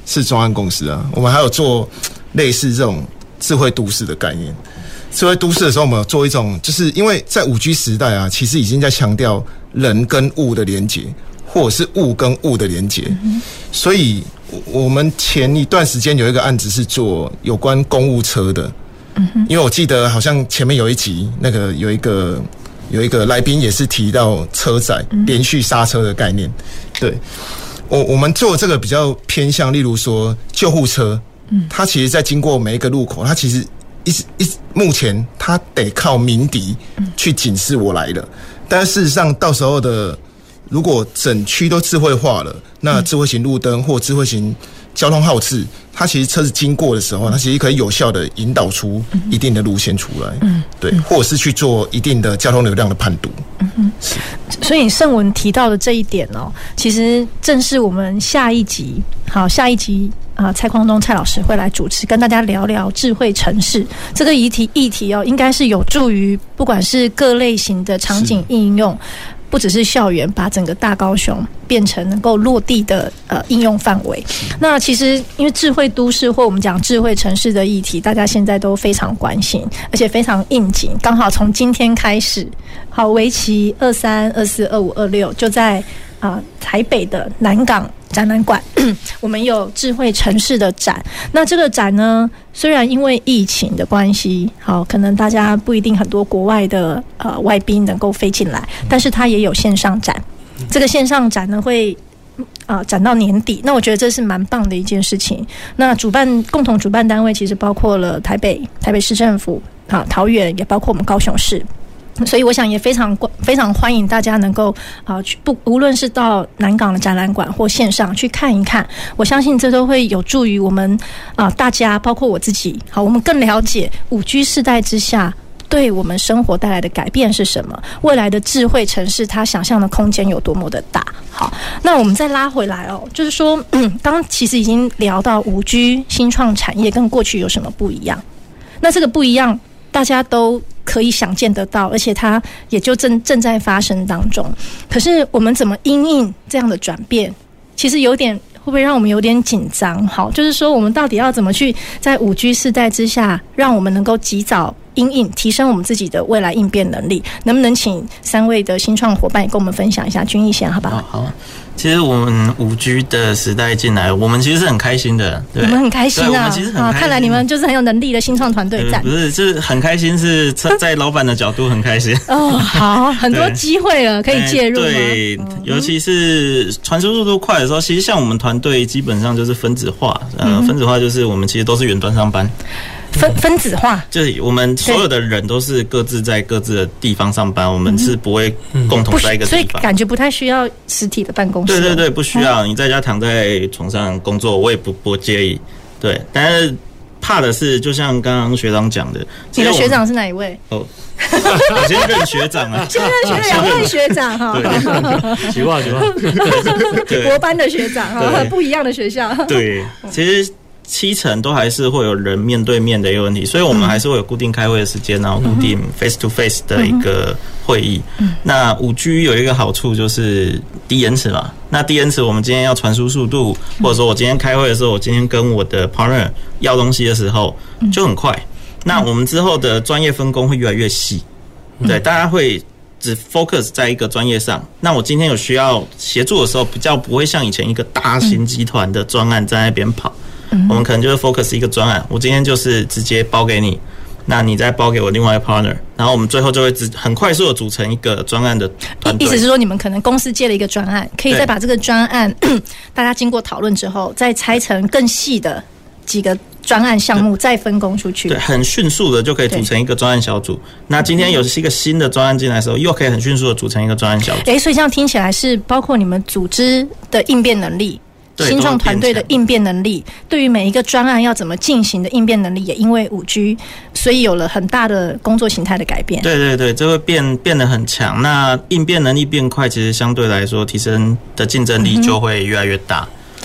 是专案公司啊，我们还有做类似这种智慧都市的概念。智慧都市的时候，我们有做一种，就是因为在5G 时代啊，其实已经在强调人跟物的连结，或者是物跟物的连结。所以我们前一段时间有一个案子是做有关公务车的。因为我记得好像前面有一集，那个有一个来宾也是提到车载连续刹车的概念。对，我们做这个比较偏向，例如说救护车，它其实在经过每一个路口，它其实目前它得靠鸣笛去警示我来了，但是事实上到时候的如果整区都智慧化了，那智慧型路灯或智慧型交通号志，它其实车子经过的时候，它其实可以有效的引导出一定的路线出来，对，或者是去做一定的交通流量的判读。 所以盛文提到的这一点哦，其实正是我们下一集蔡匡东蔡老师会来主持，跟大家聊聊智慧城市这个议题哦，应该是有助于不管是各类型的场景应用。不只是校园，把整个大高雄变成能够落地的应用范围。那其实因为智慧都市或我们讲智慧城市的议题，大家现在都非常关心，而且非常应景。刚好从今天开始，好，为期23、24、25、26，就在台北的南港展览馆，我们有智慧城市的展。那这个展呢，虽然因为疫情的关系，好，可能大家不一定很多国外的外宾能够飞进来，但是它也有线上展。这个线上展呢会展到年底，那我觉得这是蛮棒的一件事情。那共同主办单位其实包括了台北市政府，桃园，也包括我们高雄市。所以我想也非常欢迎大家能够无论是到南港的展览馆或线上去看一看，我相信这都会有助于我们大家，包括我自己，好，我们更了解5G 世代之下对我们生活带来的改变是什么，未来的智慧城市它想象的空间有多么的大。好，那我们再拉回来哦，就是说刚其实已经聊到5G 新创产业跟过去有什么不一样，那这个不一样大家都可以想见得到，而且它也就正在发生当中。可是我们怎么因应这样的转变，其实有点会不会让我们有点紧张？好，就是说我们到底要怎么去在5G 世代之下，让我们能够及早因应，提升我们自己的未来应变能力？能不能请3位的新创伙伴也跟我们分享一下？君毅先，好不好？ 好。其实我们5G 的时代进来，我们其实是很开心的。对， 我们很开心啊！ 我们其实很开心。 看来你们就是很有能力的新创团队在。 不是，就是很开心，是在老板的角度很开心。 哦，好，很多机会了，可以介入吗？ 对，尤其是传输速度快的时候，其实像我们团队基本上就是分子化。分子化就是我们其实都是远端上班。 分子化， 就是我们所有的人都是各自在各自的地方上班，我们是不会共同在一个地方， 所以感觉不太需要实体的办公室。 对，不需要。你在家躺在床上工作，我也不介意。对，但是怕的是，就像刚刚学长讲的， 你的学长是哪一位？ 哦，我先任学长啊， 先任学长，2位学长哈， 奇怪， 国班的学长哈，不一样的学校。 对，其实70%都还是会有人面对面的一个问题，所以我们还是会有固定开会的时间，然后固定 face to face 的一个会议。那5G 有一个好处就是低延迟嘛，那低延迟我们今天要传输速度，或者说我今天开会的时候，我今天跟我的 partner 要东西的时候就很快。那我们之后的专业分工会越来越细，对，大家会只 focus 在一个专业上。那我今天有需要协助的时候，比较不会像以前一个大型集团的专案在那边跑。我们可能就是 focus 一个专案，我今天就是直接包给你，那你再包给我另外一个 partner， 然后我们最后就会很快速的组成一个专案的团队。 意思是说，你们可能公司接了一个专案，可以再把这个专案大家经过讨论之后，再拆成更细的几个专案项目，再分工出去。 对，很迅速的就可以组成一个专案小组。那今天有一个新的专案进来的时候，又可以很迅速的组成一个专案小组。 所以这样听起来是包括你们组织的应变能力。新创团队的应变能力，对于每一个专案要怎么进行的应变能力，也因为5G， 所以有了很大的工作形态的改变。 对，这会变得很强。那应变能力变快，其实相对来说提升的竞争力就会越来越大。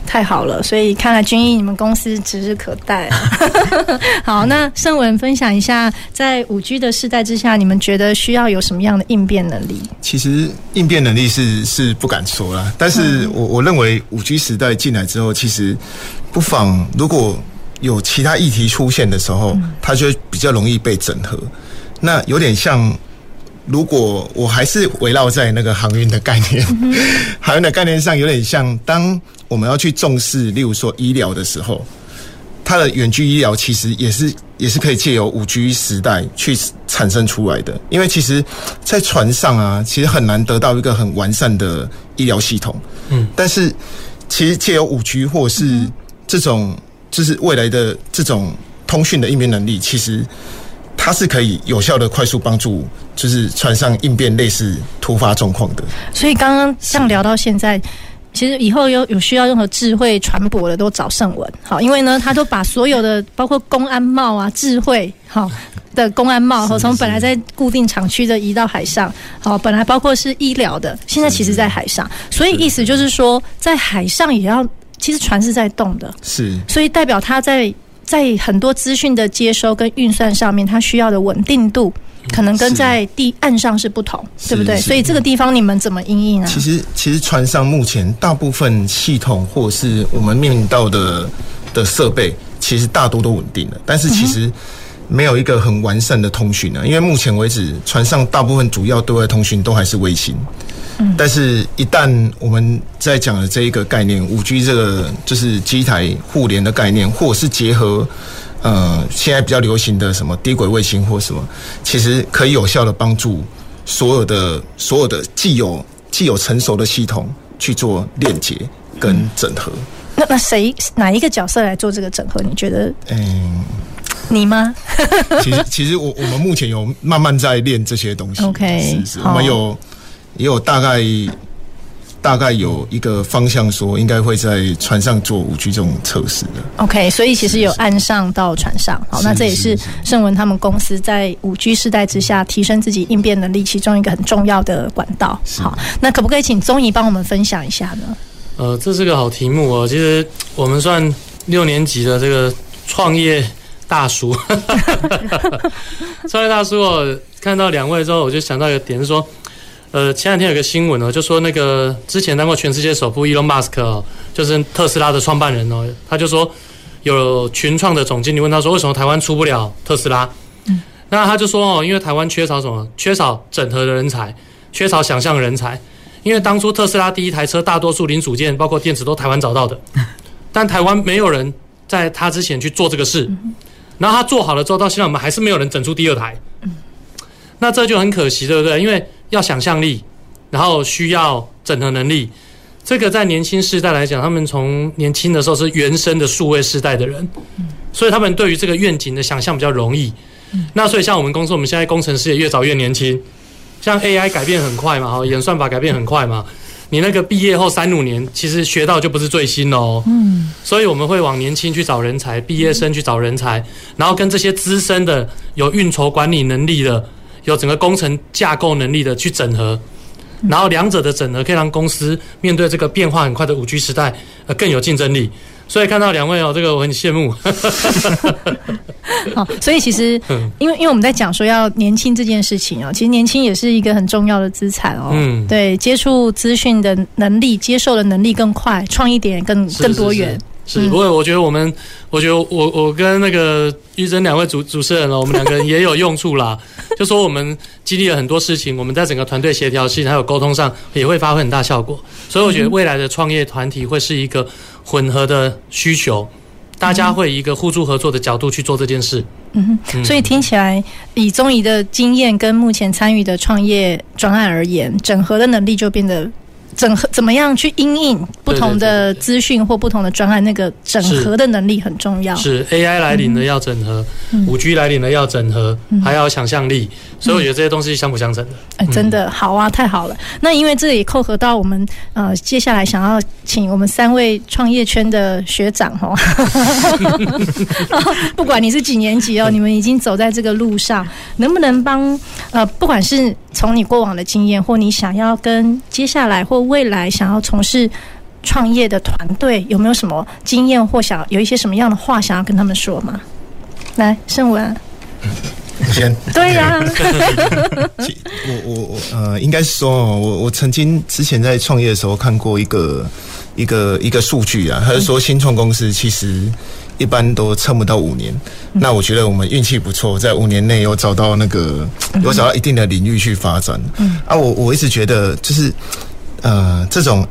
太好了，所以看来君毅你们公司指日可待啊。好，那盛文分享一下，在5G 的世代之下，你们觉得需要有什么样的应变能力？ 其实应变能力是不敢说啦，但是我认为5G 时代进来之后，其实不妨如果有其他议题出现的时候，它就会比较容易被整合。那有点像，如果我还是围绕在那个航运的概念，航运的概念上有点像，当我们要去重视，例如说医疗的时候，它的远距医疗其实也是可以借由5G 时代去产生出来的。因为其实，在船上啊，其实很难得到一个很完善的医疗系统。但是其实借由5G 或者是这种就是未来的这种通讯的应变能力，其实它是可以有效的快速帮助，就是船上应变类似突发状况的。 所以刚刚这样聊到现在，其实以后有需要任何智慧船舶的都找盛文，好，因为呢，他都把所有的包括公安帽啊、智慧好的公安帽，从本来在固定厂区的移到海上，好，本来包括是医疗的，现在其实在海上，所以意思就是说，在海上也要。其实船是在动的，是，所以代表它在很多资讯的接收跟运算上面，它需要的稳定度，可能跟在岸上是不同，对不对？所以这个地方你们怎么因应啊？ 其实船上目前大部分系统或是我们面临到的设备，其实大多都稳定了，但是其实没有一个很完善的通讯啊，因为目前为止，船上大部分主要对外通讯都还是卫星。但是，一旦我们在讲的这一个概念，5G 这个就是机台互联的概念，或者是结合现在比较流行的什么低轨卫星或什么，其实可以有效的帮助所有的既有成熟的系统去做链接跟整合。 那哪一个角色来做这个整合？你觉得？你吗？ 其实我们目前有慢慢在练这些东西。 OK， 是我们也有大概有一个方向，说应该会在船上做5G 这种测试的。 OK， 所以其实有岸上到船上，好，那这也是盛文他们公司在5G 世代之下提升自己应变能力其中一个很重要的管道。好，那可不可以请宗仪帮我们分享一下呢？ 这是个好题目哦。其实我们算6年级的这个创业大叔，创业大叔哦，看到2位之后，我就想到一个点是说。前两天有个新闻哦，就说那个之前当过全世界首富 Elon Musk 哦，就是特斯拉的创办人哦，他就说有群创的总经理问他说，为什么台湾出不了特斯拉？那他就说哦，因为台湾缺少什么？缺少整合的人才，缺少想象的人才。因为当初特斯拉第一台车，大多数零组件包括电池都台湾找到的，但台湾没有人在他之前去做这个事。然后他做好了之后，到现在我们还是没有人整出第2台。那这就很可惜，对不对？因为要想象力，然后需要整合能力。这个在年轻世代来讲，他们从年轻的时候是原生的数位世代的人，所以他们对于这个愿景的想象比较容易。那所以像我们公司，我们现在工程师也越早越年轻。像 AI 改变很快嘛，演算法改变很快嘛，你那个毕业后3-5年，其实学到就不是最新哦。所以我们会往年轻去找人才，毕业生去找人才，然后跟这些资深的有运筹管理能力的。有整个工程架构能力的去整合，然后两者的整合可以让公司面对这个变化很快的5G 时代更有竞争力。所以看到2位哦，这个我很羡慕。 好，所以其实因为我们在讲说要年轻这件事情哦，其实年轻也是一个很重要的资产哦。对，接触资讯的能力、接受的能力更快，创意点更多元。 是，不过我觉得我跟那个玉珍2位主持人哦，我们2个人也有用处啦。就说我们经历了很多事情，我们在整个团队协调性还有沟通上也会发挥很大效果。所以我觉得未来的创业团体会是一个混合的需求，大家会以一个互助合作的角度去做这件事。 所以听起来，以宗仪的经验跟目前参与的创业专案而言，整合的能力就变得。整合怎么样去因应不同的资讯或不同的专案，那个整合的能力很重要。 是 AI 来临了要整合，5G 来临了要整合，还要有想象力。所以我觉得这些东西相辅相成的。 真的好啊，太好了。那因为这也扣合到我们接下来想要请我们3位创业圈的学长哦，不管你是几年级哦，你们已经走在这个路上，能不能帮不管是从你过往的经验，或你想要跟接下来或未来想要从事创业的团队有没有什么经验或有一些什么样的话想要跟他们说吗？来，盛文。 先对呀、 我应该是说，我曾经之前在创业的时候看过一个数据啊，他是说新创公司其实一般都撑不到5年。那我觉得我们运气不错，在5年内有找到一定的领域去发展。我一直觉得就是这种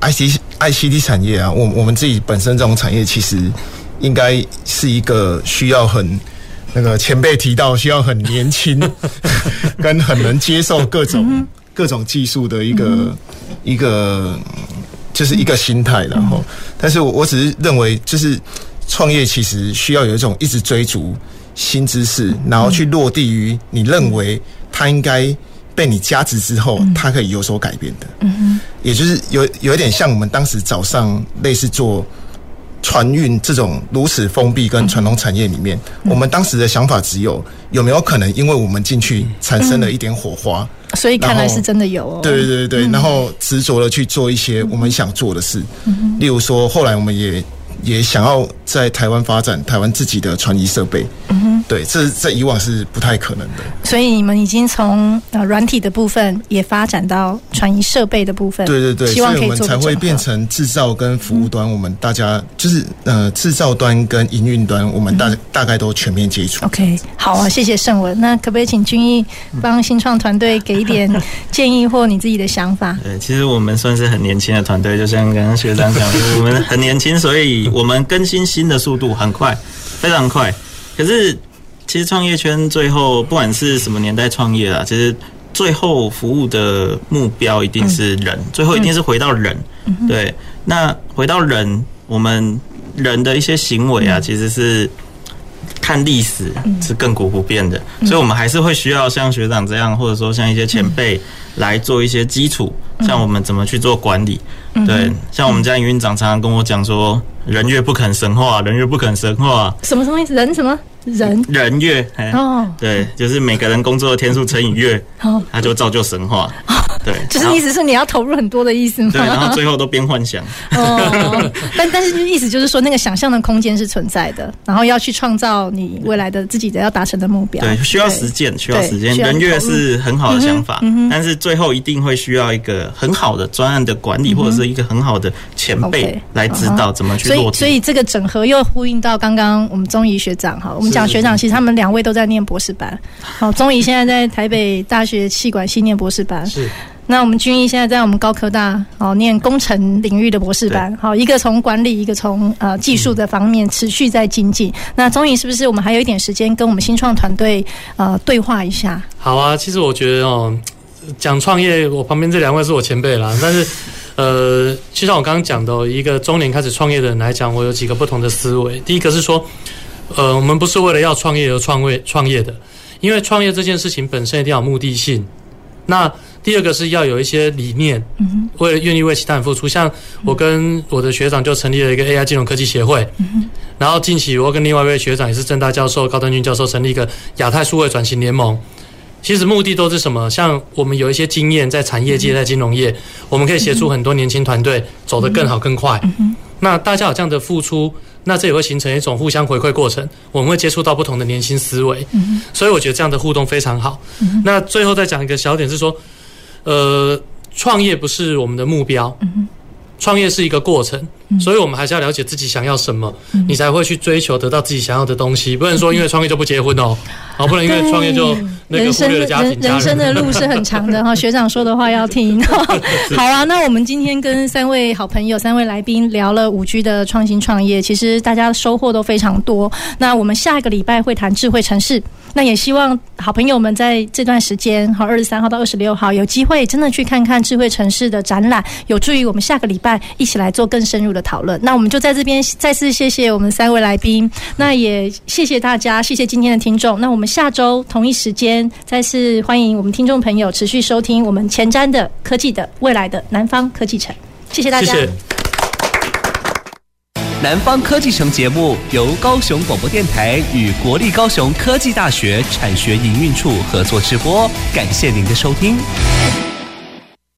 ICT 产业啊，我们自己本身这种产业其实应该是一个需要很。那个前辈提到需要很年轻，跟很能接受各种技术的一个就是一个心态，然后，但是我只是认为，就是创业其实需要有一种一直追逐新知识，然后去落地于你认为它应该被你加值之后，它可以有所改变的。也就是有一点像我们当时早上类似做。船运这种如此封闭跟传统产业里面，我们当时的想法只有没有可能，因为我们进去产生了一点火花， 所以看来是真的有哦。 对，然后执着的去做一些我们想做的事，例如说，后来我们也想要在台湾发展台湾自己的船移设备。对，这以往是不太可能的。 所以你们已经从软体的部分也发展到船移设备的部分。 对， 希望可以做所以我们才会变成制造跟服务端，我们大家就是制造端跟营运端，我们大概都全面接触。 OK， 好啊，谢谢盛文。那可不可以请君毅帮新创团队给一点建议或你自己的想法？ 对，其实我们算是很年轻的团队，就像刚刚学长讲的，我们很年轻，所以我们更新新的速度很快，非常快。可是其实创业圈最后不管是什么年代创业啦，其实最后服务的目标一定是人，最后一定是回到人。对，那回到人，我们人的一些行为啊，其实是看历史是亘古不变的，所以我们还是会需要像学长这样，或者说像一些前辈来做一些基础，像我们怎么去做管理。对，像我们家营运长常常跟我讲说，人越不肯神话，人越不肯神话。 什么意思？人什么？ 人月对，就是每个人工作的天数乘以月，它就造就神话。对， 就是意思是你要投入很多的意思吗？ 对，然后最后都边幻想。 但是意思就是说，那个想象的空间是存在的，然后要去创造你未来的自己的要达成的目标。 对，需要实践，人月是很好的想法，但是最后一定会需要一个很好的专案的管理，或者是一个很好的前辈来指导怎么去落地。 所以这个整合又呼应到刚刚我们宗仪学长哈，我们讲学长，其实他们2位都在念博士班。好，宗仪现在在台北大学企管系念博士班。 是。 那我们君毅现在在我们高科大念工程领域的博士班，好，一个从管理，一个从技术的方面持续在精进。那宗仪是不是我们还有一点时间跟我们新创团队对话一下？ 好啊，其实我觉得讲创业，我旁边这2位是我前辈啦，但是就像我刚刚讲的，一个中年开始创业的人来讲，我有几个不同的思维。第一个是说，我们不是为了要创业而创业的，因为创业这件事情本身一定要有目的性。那第二个是要有一些理念，愿意为其他人付出。像我跟我的学长就成立了一个 AI 金融科技协会，然后近期我跟另外一位学长也是政大教授高登军教授成立一个亚太数位转型联盟。其实目的都是什么？像我们有一些经验在产业界，在金融业，我们可以协助很多年轻团队走得更好更快。那大家有这样的付出，那这也会形成一种互相回馈过程，我们会接触到不同的年轻思维，所以我觉得这样的互动非常好。那最后再讲一个小点是说，创业不是我们的目标，创业是一个过程，所以我们还是要了解自己想要什么，你才会去追求得到自己想要的东西。不能说因为创业就不结婚哦，不能因为创业就那个忽略了家庭家人。 人生的路是很长的哈，学长说的话要听。好啊，那我们今天跟3位好朋友、3位来宾聊了5G 的创新创业，其实大家收获都非常多。那我们下一个礼拜会谈智慧城市，那也希望好朋友们在这段时间23号到26号有机会真的去看看智慧城市的展览，有助于我们下个礼拜一起来做更深入的讨论。那我们就在这边再次谢谢我们3位来宾，那也谢谢大家，谢谢今天的听众。那我们下周同一时间再次欢迎我们听众朋友持续收听我们前瞻的科技的未来的南方科技城，谢谢大家。 谢谢。 南方科技城节目由高雄广播电台与国立高雄科技大学产学营运处合作直播，感谢您的收听。